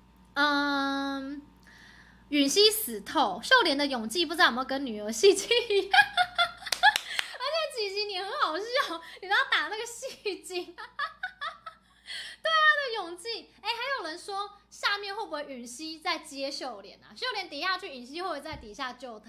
允熙死透，秀莲的永记不知道有没有跟女儿戏精一样，而且几集你很好笑，你都要打那个戏精。对啊，的永记，还有人说下面会不会允熙在接秀莲啊？秀莲底下去，允熙会不会在底下救他？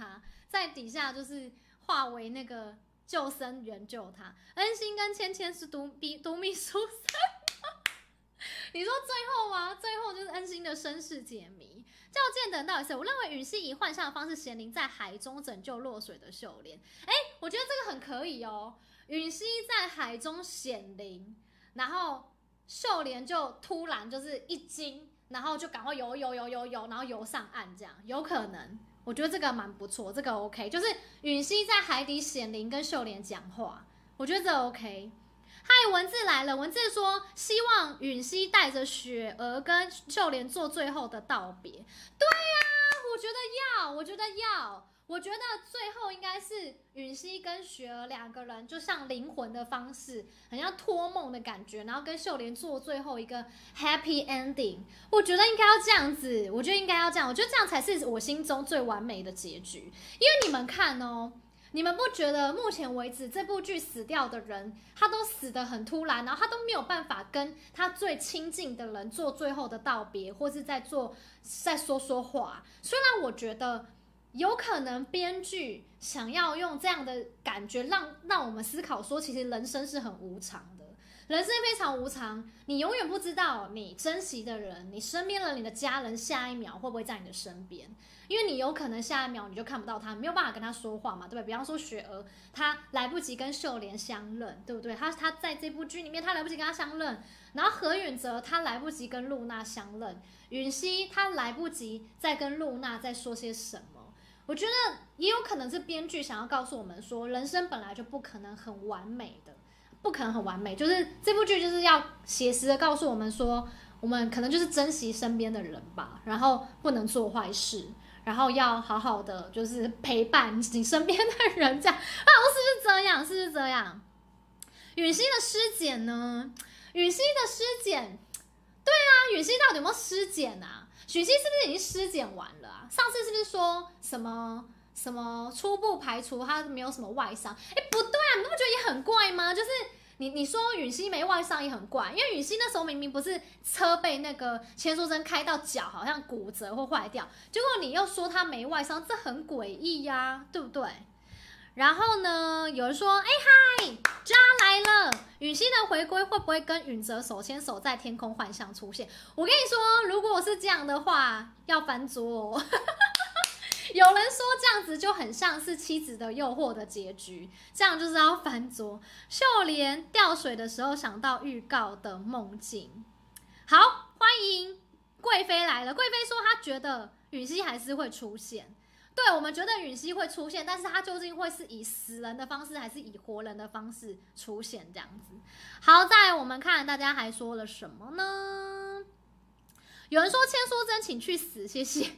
在底下就是化为那个救生员救他。恩星跟芊芊是独秘书生。你说最后吗？最后就是恩星的身世解谜。较见等到底是我认为允熙以幻象的方式显灵在海中拯救落水的秀莲。我觉得这个很可以哦。允熙在海中显灵，然后秀莲就突然就是一惊，然后就赶快游，然后游上岸，这样有可能。我觉得这个蛮不错，这个 OK， 就是允熙在海底显灵跟秀莲讲话，我觉得这 OK。嗨，文字来了，文字说希望允熙带着雪儿跟秀莲做最后的道别。对呀，我觉得最后应该是允熙跟雪儿两个人就像灵魂的方式，很像托梦的感觉，然后跟秀莲做最后一个 happy ending。我觉得应该要这样子，我觉得这样才是我心中最完美的结局。因为你们看哦，你们不觉得目前为止这部剧死掉的人，他都死得很突然，然后他都没有办法跟他最亲近的人做最后的道别，或是再说话。虽然我觉得有可能编剧想要用这样的感觉让我们思考说，其实人生是很无常的，人生非常无常，你永远不知道你珍惜的人，你身边的你的家人下一秒会不会在你的身边，因为你有可能下一秒你就看不到他，没有办法跟他说话嘛，对不对？比方说雪儿，他来不及跟秀莲相认，对不对？他在这部剧里面他来不及跟他相认，然后何允哲他来不及跟露娜相认，允熙他来不及再跟露娜再说些什么。我觉得也有可能是编剧想要告诉我们说，人生本来就不可能很完美的，不可能很完美，就是这部剧就是要写实的告诉我们说，我们可能就是珍惜身边的人吧，然后不能做坏事，然后要好好的就是陪伴你身边的人，这样是不是这样？允熙的尸检呢？允熙的尸检，对啊，允熙到底有没有尸检啊？许熙是不是已经尸检完了啊？上次是不是说什么初步排除他没有什么外伤？不对啊，你不觉得也很怪吗？就是你说允熙没外伤也很怪，因为允熙那时候明明不是车被那个千书珍开到脚，好像骨折或坏掉，结果你又说他没外伤，这很诡异呀，对不对？然后呢，有人说，嗨，渣来了，允熙的回归会不会跟允哲手牵手在天空幻象出现？我跟你说，如果是这样的话，要翻桌哦。有人说这样子就很像是妻子的诱惑的结局，这样就是要翻桌。秀莲掉水的时候想到预告的梦境。好，欢迎贵妃来了。贵妃说她觉得允熙还是会出现。对，我们觉得允熙会出现，但是他究竟会是以死人的方式还是以活人的方式出现这样子。好，再来我们看大家还说了什么呢？有人说千书珍请去死，谢谢。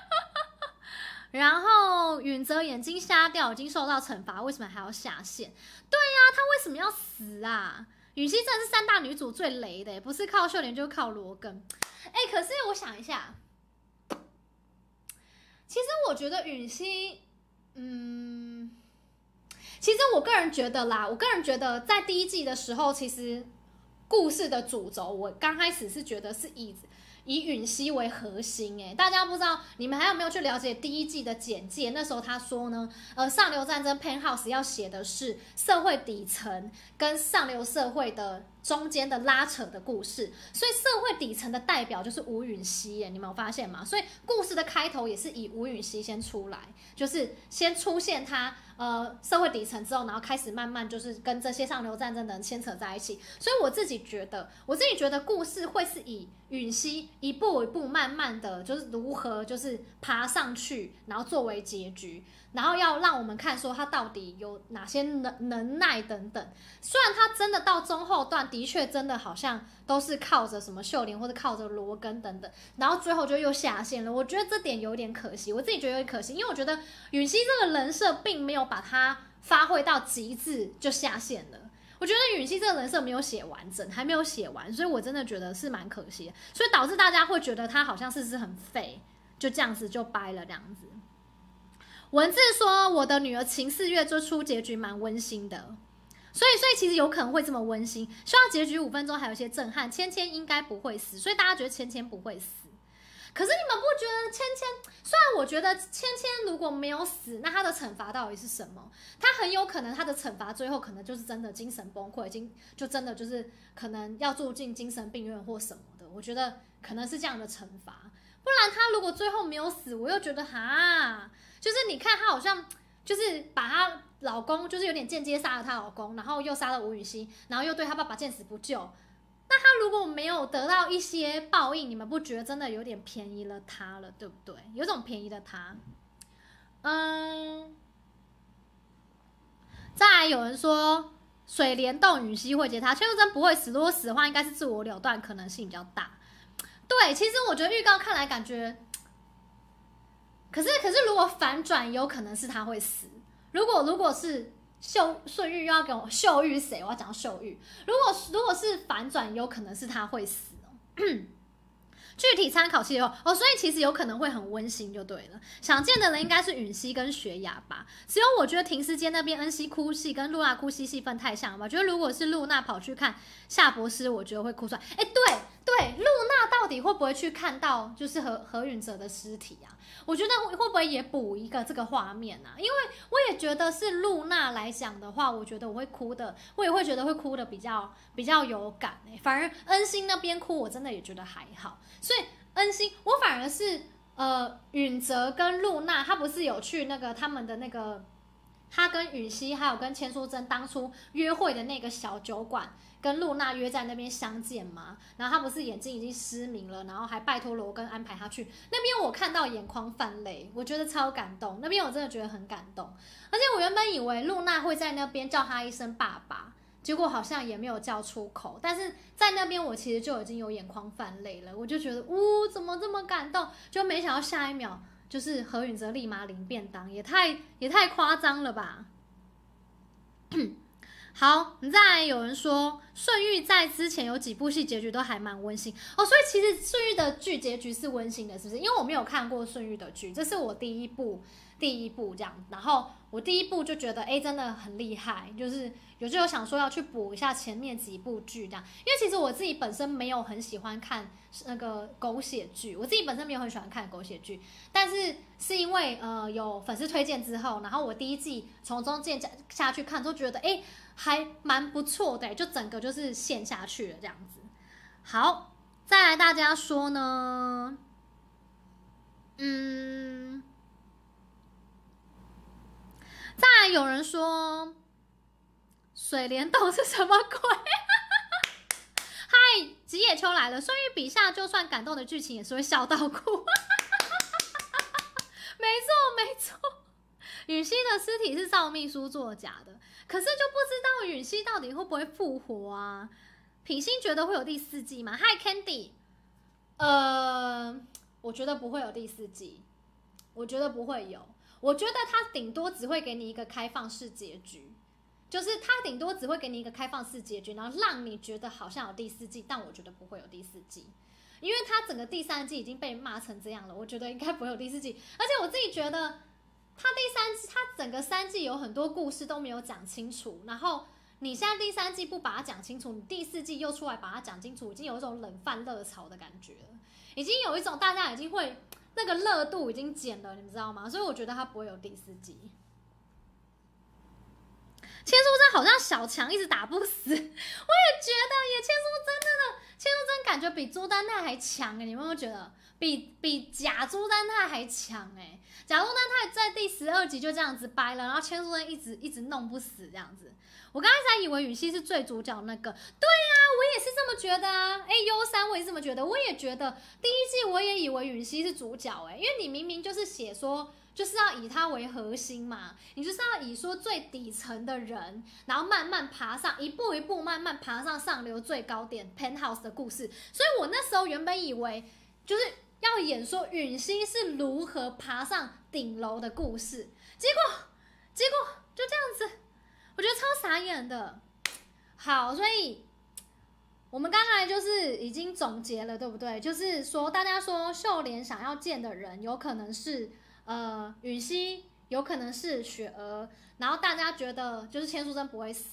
然后允哲眼睛瞎掉，已经受到惩罚，为什么还要下线？对呀，他为什么要死啊？允熙真的是三大女主最雷的，不是靠秀莲就是靠罗根。可是我想一下。其实我觉得允熙，其实我个人觉得在第一季的时候，其实故事的主轴，我刚开始是觉得是以允熙为核心。大家不知道你们还有没有去了解第一季的简介？那时候他说呢，上流战争 Penthouse 要写的是社会底层跟上流社会的中间的拉扯的故事，所以社会底层的代表就是吴允熙，你们有发现吗？所以故事的开头也是以吴允熙先出来，就是先出现他社会底层之后，然后开始慢慢就是跟这些上流战争的人牵扯在一起。所以我自己觉得故事会是以允熙一步一步慢慢的就是如何就是爬上去，然后作为结局，然后要让我们看说他到底有哪些能耐等等。虽然他真的到中后段的确真的好像都是靠着什么秀莲或者靠着罗根等等，然后最后就又下线了。我觉得这点有点可惜，我自己觉得有点可惜，因为我觉得允熙这个人设并没有把它发挥到极致就下线了。我觉得允熙这个人设没有写完整，还没有写完，所以我真的觉得是蛮可惜的，所以导致大家会觉得他好像是很废，就这样子就掰了这样子。文字说我的女儿秦4月最初结局蛮温馨的，所以其实有可能会这么温馨，希望结局5分钟还有一些震撼。芊芊应该不会死，所以大家觉得芊芊不会死。 可是你们不觉得芊芊？虽然我觉得芊芊如果没有死，那她的惩罚到底是什么？她很有可能她的惩罚最后可能就是真的精神崩溃，就真的就是可能要住进精神病院或什么的。我觉得可能是这样的惩罚。不然她如果最后没有死，我又觉得哈，就是你看她好像就是把她老公就是有点间接杀了她老公，然后又杀了吴允熙，然后又对她爸爸见死不救。那他如果没有得到一些报应，你们不觉得真的有点便宜了他了，对不对？有种便宜了他。再来有人说水帘洞允熙会接他，邱淑贞不会死，如果死的话，应该是自我了断可能性比较大。对，其实我觉得预告看来感觉，可是如果反转，有可能是他会死。如果是顺玉又要给我秀玉谁？我要讲到秀玉。如果是反转，有可能是他会死哦。具体参考期哦，所以其实有可能会很温馨就对了。想见的人应该是允熙跟雪雅吧。只有我觉得停尸间那边恩熙哭戏跟露娜哭戏戏份太像了吧？我觉得如果是露娜跑去看夏博士，我觉得会哭出来。对，露娜到底会不会去看到就是何允哲的尸体啊？我觉得会不会也补一个这个画面啊？因为我也觉得是露娜来讲的话，我觉得我也会觉得会哭的比较有感反而恩熙那边哭，我真的也觉得还好。所以恩熙，我反而是允哲跟露娜，他不是有去那个他们的那个，他跟允熙还有跟千淑珍当初约会的那个小酒馆。跟露娜约在那边相见嘛，然后他不是眼睛已经失明了，然后还拜托罗根安排他去那边，我看到眼眶泛泪，我觉得超感动，那边我真的觉得很感动，而且我原本以为露娜会在那边叫他一声爸爸，结果好像也没有叫出口，但是在那边我其实就已经有眼眶泛泪了，我就觉得怎么这么感动，就没想到下一秒就是何允哲立马领便当，也太夸张了吧。好，再来有人说顺玉在之前有几部戏结局都还蛮温馨所以其实顺玉的剧结局是温馨的，是不是？因为我没有看过顺玉的剧，这是我第一部这样，然后我第一部就觉得真的很厉害，就是有想说要去补一下前面几部剧这样，因为其实我自己本身没有很喜欢看那个狗血剧，我自己本身没有很喜欢看狗血剧，但是因为有粉丝推荐之后，然后我第一季从中间下去看，都觉得还蛮不错的，就整个就是陷下去了这样子。好，再来大家说呢，再来有人说水帘洞是什么鬼？嗨，吉野秋来了。顺玉笔下就算感动的剧情也是会笑到哭。没错，允熙的尸体是赵秘书作假的，可是就不知道允熙到底会不会复活啊？品心觉得会有第4季吗？嗨 Candy， 我觉得不会有第4季，我觉得不会有，我觉得他顶多只会给你一个开放式结局，就是他顶多只会给你一个开放式结局，然后让你觉得好像有第4季，但我觉得不会有第4季。因为他整个第3季已经被骂成这样了，我觉得应该不会有第4季。而且我自己觉得，他整个3季有很多故事都没有讲清楚，然后你现在第3季不把它讲清楚，你第4季又出来把它讲清楚，已经有一种冷饭热炒的感觉了，已经有一种大家已经会那个热度已经减了，你们知道吗？所以我觉得他不会有第4季。千淑珍好像小强一直打不死，我也觉得耶，千淑珍真的，千淑珍感觉比朱丹泰还强你们有没有觉得？比假朱丹泰还强假朱丹泰在第12集就这样子掰了，然后千淑珍一直弄不死这样子。我刚才才以为允熙是最主角那个，对啊，我也是这么觉得啊。U3我也是这么觉得，我也觉得第1季我也以为允熙是主角因为你明明就是写说。就是要以他为核心嘛，你就是要以说最底层的人，然后慢慢爬上，一步一步慢慢爬上上流最高点 penthouse 的故事。所以我那时候原本以为就是要演说允熙是如何爬上顶楼的故事，结果就这样子，我觉得超傻眼的。好，所以我们刚才就是已经总结了，对不对？就是说大家说秀莲想要见的人有可能是允熙，有可能是雪儿，然后大家觉得就是千淑珍不会死，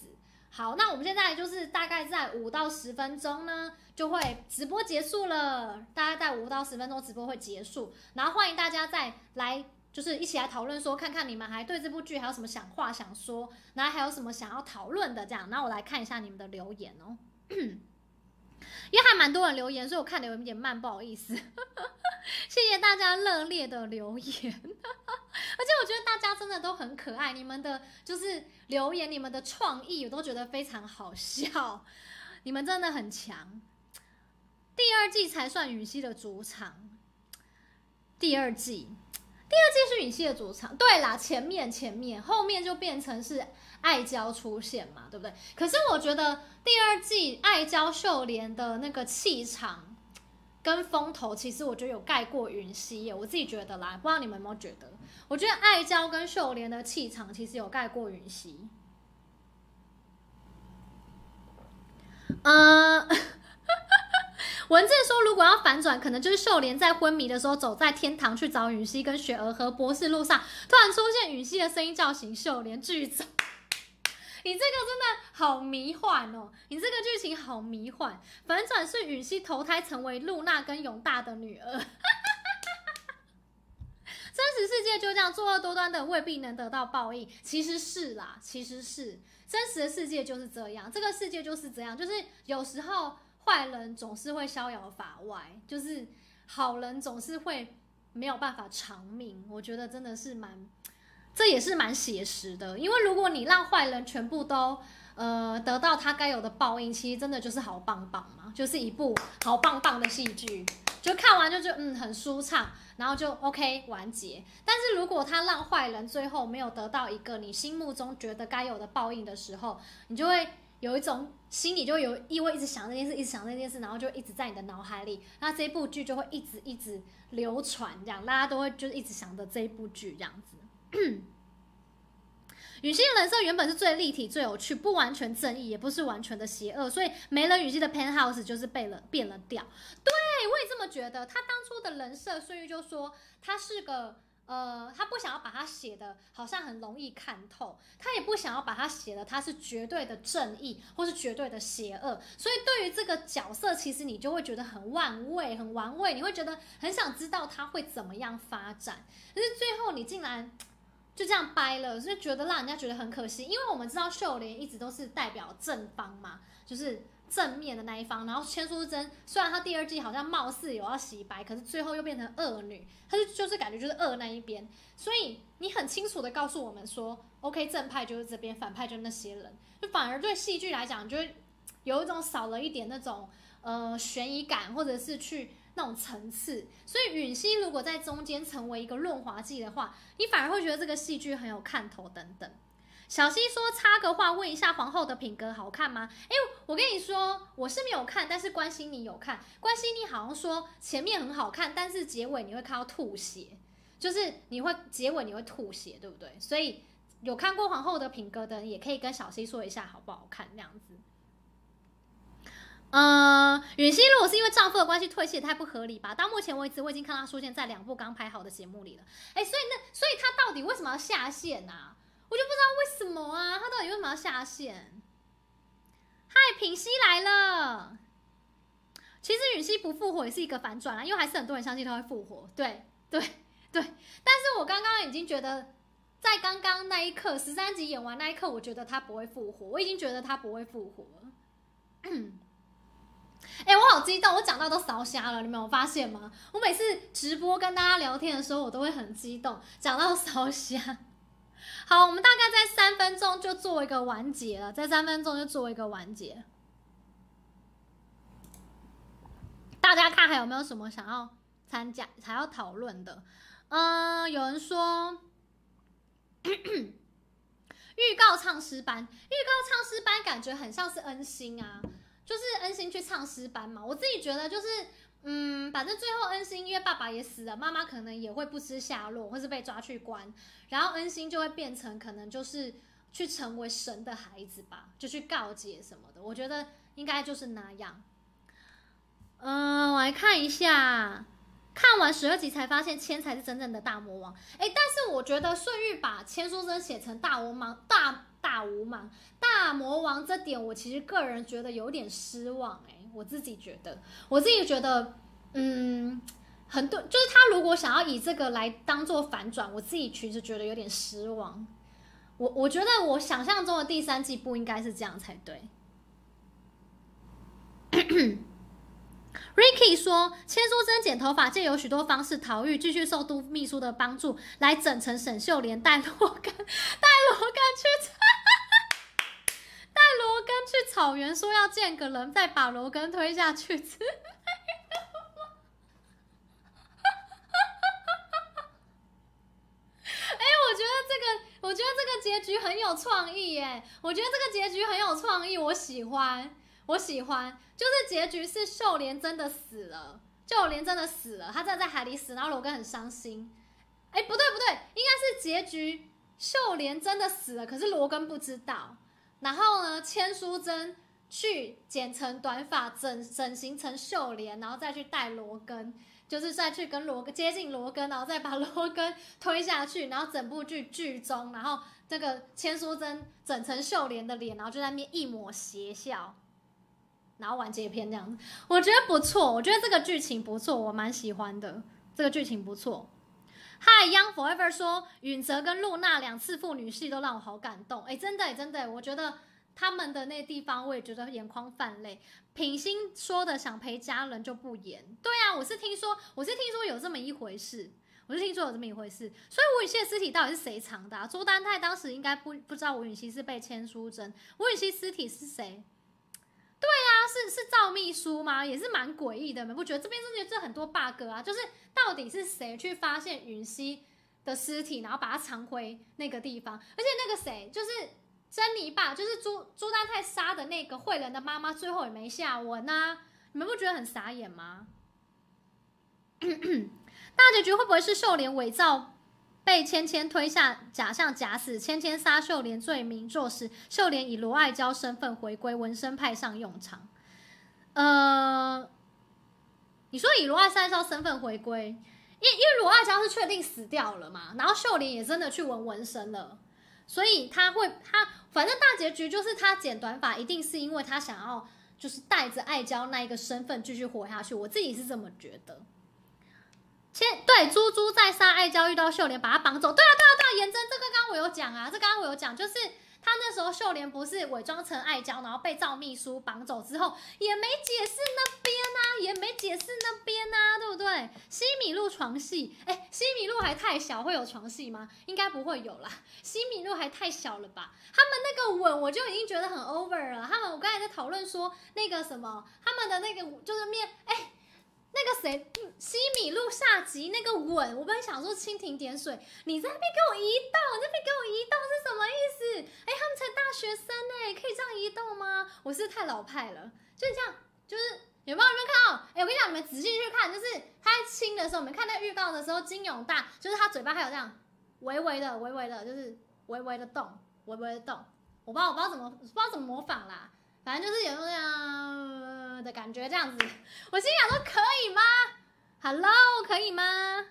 好，那我们现在就是大概在5到10分钟呢，就会直播结束了。大概在5到10分钟直播会结束，然后欢迎大家再来，就是一起来讨论说，看看你们还对这部剧还有什么话想说，然后还有什么想要讨论的这样。然后我来看一下你们的留言哦。因为还蛮多人留言，所以我看的有点慢，不好意思。谢谢大家热烈的留言，而且我觉得大家真的都很可爱，你们的就是留言，你们的创意我都觉得非常好笑，你们真的很强。第2季才算允熙的主场，第二季是允熙的主场，对啦，前面后面就变成是爱娇出现嘛，对不对？可是我觉得第2季爱娇秀莲的那个气场跟风头，其实我觉得有盖过允熙耶，我自己觉得啦，不知道你们有没有觉得？我觉得爱娇跟秀莲的气场其实有盖过允熙。文字说，如果要反转，可能就是秀莲在昏迷的时候走在天堂去找允熙跟雪儿和博士路上，突然出现允熙的声音叫醒秀莲剧走。你这个真的好迷幻哦！你这个剧情好迷幻。反转是允熙投胎成为露娜跟永大的女儿。真实世界就这样，作恶多端的未必能得到报应。其实是啦，其实是真实的世界就是这样，这个世界就是这样，就是有时候坏人总是会逍遥法外，就是好人总是会没有办法长命。我觉得真的是这也是蛮写实的，因为如果你让坏人全部都得到他该有的报应，其实真的就是好棒棒嘛，就是一部好棒棒的戏剧，就看完就很舒畅，然后就 OK 完结。但是如果他让坏人最后没有得到一个你心目中觉得该有的报应的时候，你就会有一种心里就会一直想这件事，一直想这件事，然后就一直在你的脑海里，那这部剧就会一直流传，这样大家都会就是一直想着这一部剧这样子。允熙的人设原本是最立体、最有趣，不完全正义，也不是完全的邪恶，所以没了允熙的 penthouse 就是变了调。对，我也这么觉得。他当初的人设，顺玉就说他是个他不想要把他写的好像很容易看透，他也不想要把他写的他是绝对的正义或是绝对的邪恶，所以对于这个角色，其实你就会觉得很玩味，你会觉得很想知道他会怎么样发展。可是最后你竟然就这样掰了，就觉得让人家觉得很可惜。因为我们知道秀莲一直都是代表正方嘛，就是正面的那一方，然后千书真虽然她第2季好像貌似有要洗白，可是最后又变成恶女，她就是感觉就是恶那一边，所以你很清楚的告诉我们说 OK 正派就是这边，反派就是那些人，就反而对戏剧来讲就会有一种少了一点那种悬疑感，或者是去那种层次。所以允熙如果在中间成为一个润滑剂的话，你反而会觉得这个戏剧很有看头等等。小溪说插个话问一下，皇后的品格好看吗？我跟你说我是没有看，但是关心你有看。关心你好像说前面很好看，但是结尾你会看到吐血，就是结尾你会吐血，对不对？所以有看过皇后的品格的人也可以跟小溪说一下好不好看那样子。允熙如果是因为丈夫的关系退戏也太不合理吧？到目前为止我已经看到她出现在2部刚拍好的节目里了。所以她到底为什么要下线啊？我就不知道为什么啊，她到底为什么要下线？嗨，品熙来了。其实允熙不复活也是一个反转啦，因为还是很多人相信她会复活。对，但是我刚刚已经觉得，在刚刚那一刻13集演完那一刻，我觉得她不会复活，我已经觉得她不会复活了。我好激动，我讲到都烧瞎了，你们有发现吗？我每次直播跟大家聊天的时候，我都会很激动，讲到烧瞎。好，我们大概在3分钟就做一个完结了，大家看还有没有什么想要参加、还要讨论的？有人说预告唱诗班感觉很像是恩星啊。就是恩星去唱诗班嘛，我自己觉得就是，反正最后恩星因为爸爸也死了，妈妈可能也会不知下落，或是被抓去关，然后恩星就会变成可能就是去成为神的孩子吧，就去告解什么的，我觉得应该就是那样。我来看一下，看完12集才发现千才是真正的大魔王。但是我觉得顺玉把千书真写成大魔大无莽。大魔王这点我其实个人觉得有点失望我自己觉得，很多就是他如果想要以这个来当做反转，我自己其实觉得有点失望。我觉得我想象中的第3季不应该是这样才对。Ricky 说，千书真剪头发借有许多方式逃狱，继续受都秘书的帮助来整成沈秀莲带罗根去草原，说要见个人，再把罗根推下去。我觉得这个结局很有创意耶！我喜欢。就是结局是秀莲真的死了，她真的在海里死，然后罗根很伤心。不对，应该是结局秀莲真的死了，可是罗根不知道。然后呢，千书真去剪成短发，整形成秀莲，然后再去带罗根。就是再去跟接近罗根，然后再把罗根推下去，然后整部剧中，然后这个千书真整成秀莲的脸，然后就在那边一抹邪笑，然后完结篇这样子，我觉得不错，我觉得这个剧情不错，我蛮喜欢的，这个剧情不错。Hi Young Forever 说，允泽跟露娜2次父女戏都让我好感动，真的，我觉得他们的那地方我也觉得眼眶泛泪。品心说的想陪家人就不演，对啊，我是听说有这么一回事，所以吴允熙的尸体到底是谁藏的朱丹泰当时应该不知道吴允熙是被千书真，吴允熙尸体是谁？对啊，是赵秘书吗？也是蛮诡异的，你不觉得这边真的很多 bug 啊？就是到底是谁去发现允熙的尸体，然后把它藏回那个地方？而且那个谁就是珍妮爸，就是朱丹泰杀的那个惠人的妈妈，最后也没下文啊！你们不觉得很傻眼吗？大结局会不会是秀莲伪造被芊芊推下假象假死，芊芊杀秀莲罪名坐实，秀莲以罗爱娇身份回归纹身派上用场？你说以罗爱娇身份回归，因为罗爱娇是确定死掉了嘛，然后秀莲也真的去纹身了。所以反正大结局就是他剪短发，一定是因为他想要就是带着爱娇那一个身份继续活下去，我自己是这么觉得。对，猪猪在杀爱娇遇到秀莲把他绑走，对啊，颜真这个刚刚我有讲，就是他那时候秀莲不是伪装成爱娇，然后被赵秘书绑走之后，也没解释那边啊，对不对？西米露床戏，西米露还太小，会有床戏吗？应该不会有啦，西米露还太小了吧？他们那个吻我就已经觉得很 over 了。我刚才在讨论说那个什么，他们的那个就是那个谁，西米露下集那个吻，我本来想说蜻蜓点水，你在那边给我移动，是什么意思？他们才大学生可以这样移动吗？我是太老派了，就是这样，就是有没有看到？我跟你讲，你们仔细去看，就是他在亲的时候，我们看那个预告的时候，金永大就是他嘴巴还有这样微微的，就是微微的动，我不知道怎么模仿啦。反正就是有那样的感觉，这样子，我心想说可以吗 ？Hello， 可以吗？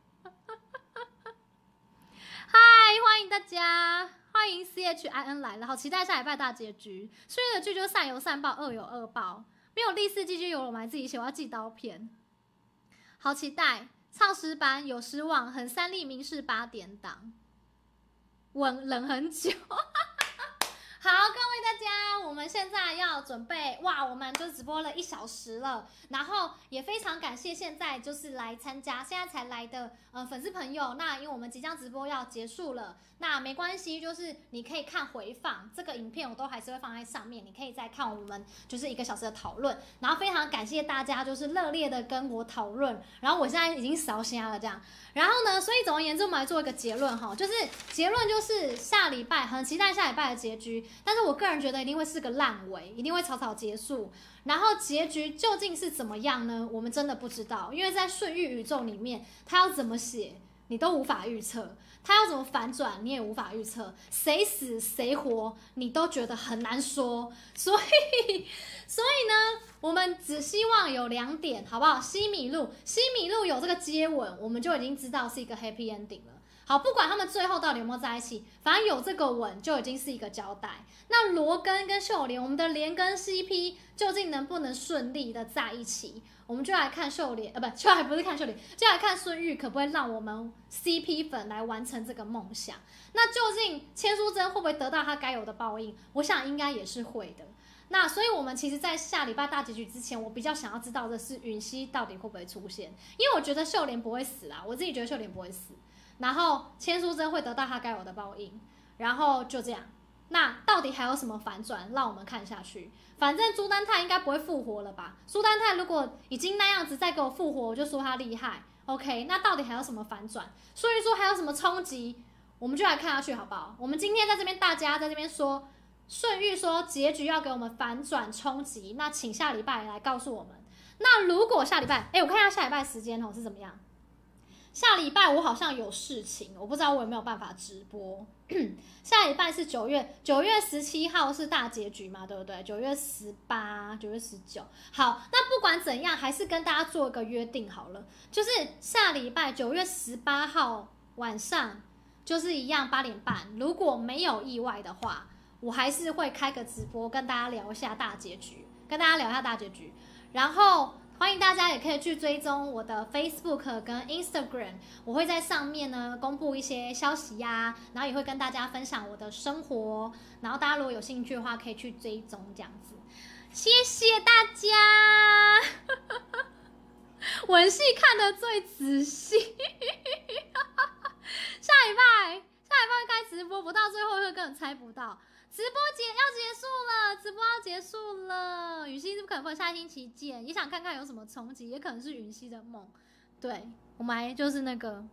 嗨，欢迎大家，欢迎 CHIN 来了，好期待下礼拜大结局。所以的剧就善有善报，恶有恶报，没有第4季就有我们自己写，我要寄刀片，好期待。唱诗班有失望，很3立明示8点档，冷很久。好，各位大家，我们现在要准备我们就直播了1小时了，然后也非常感谢现在就是来参加，现在才来的粉丝朋友。那因为我们即将直播要结束了，那没关系，就是你可以看回放，这个影片我都还是会放在上面，你可以再看我们就是1个小时的讨论。然后非常感谢大家就是热烈的跟我讨论，然后我现在已经烧瞎了这样。然后呢，所以总而言之，我们来做一个结论哈，就是结论就是下礼拜很期待下礼拜的结局。但是我个人觉得一定会是个烂尾，一定会草草结束。然后结局究竟是怎么样呢？我们真的不知道，因为在顺域宇宙里面，他要怎么写你都无法预测，他要怎么反转你也无法预测，谁死谁活你都觉得很难说。所以呢，我们只希望有2点，好不好？西米露有这个接吻，我们就已经知道是一个 happy ending 了。 好，不管他们最后到底有没有在一起，反正有这个吻就已经是一个交代。那罗根跟秀莲，我们的莲根 CP 究竟能不能顺利的在一起？我们就来看秀莲，不是看秀莲，就来看孙玉可不可以让我们 CP 粉来完成这个梦想。那究竟千书真会不会得到他该有的报应？我想应该也是会的。那所以，我们其实，在下礼拜大结局之前，我比较想要知道的是允熙到底会不会出现，因为我觉得秀莲不会死啦，我自己觉得秀莲不会死，然后千书真会得到他该有的报应，然后就这样。那到底还有什么反转，让我们看下去？反正朱丹泰应该不会复活了吧？朱丹泰如果已经那样子再给我复活，我就说他厉害。OK， 那到底还有什么反转？所以说还有什么冲击？我们就来看下去好不好？我们今天在这边，大家在这边说。顺玉说结局要给我们反转冲击，那请下礼拜来告诉我们。那如果下礼拜，我看一下下礼拜时间是怎么样？下礼拜我好像有事情，我不知道我有没有办法直播。下礼拜是9月17号是大结局嘛，对不对？9月18、9月19。好，那不管怎样，还是跟大家做一个约定好了，就是下礼拜9月18号晚上，就是一样8点半，如果没有意外的话。我还是会开个直播跟大家聊一下大结局，然后欢迎大家也可以去追踪我的 Facebook 跟 Instagram， 我会在上面呢公布一些消息呀，然后也会跟大家分享我的生活，然后大家如果有兴趣的话可以去追踪这样子。谢谢大家，吻戏看得最仔细。下礼拜会开直播，不到最后会根本猜不到。直播要结束了，允熙是不可能下星期见，也想看看有什么冲击，也可能是允熙的梦。对，我们还就是那个，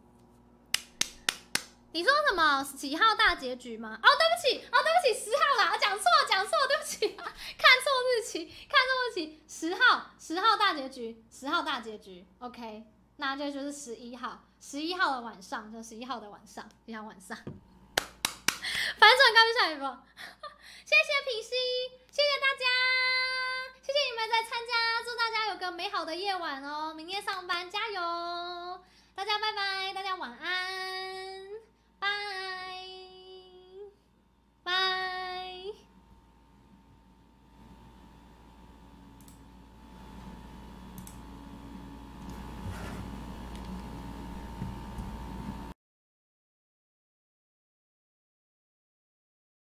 你说什么几号大结局吗？对不起，10号啦，讲错，对不起，看错日期，10号大结局，OK， 那就是11号的晚上，就11号晚上。反转高下一波，谢谢品熙，谢谢大家，谢谢你们在参加，祝大家有个美好的夜晚哦！明天上班加油，大家拜拜，大家晚安。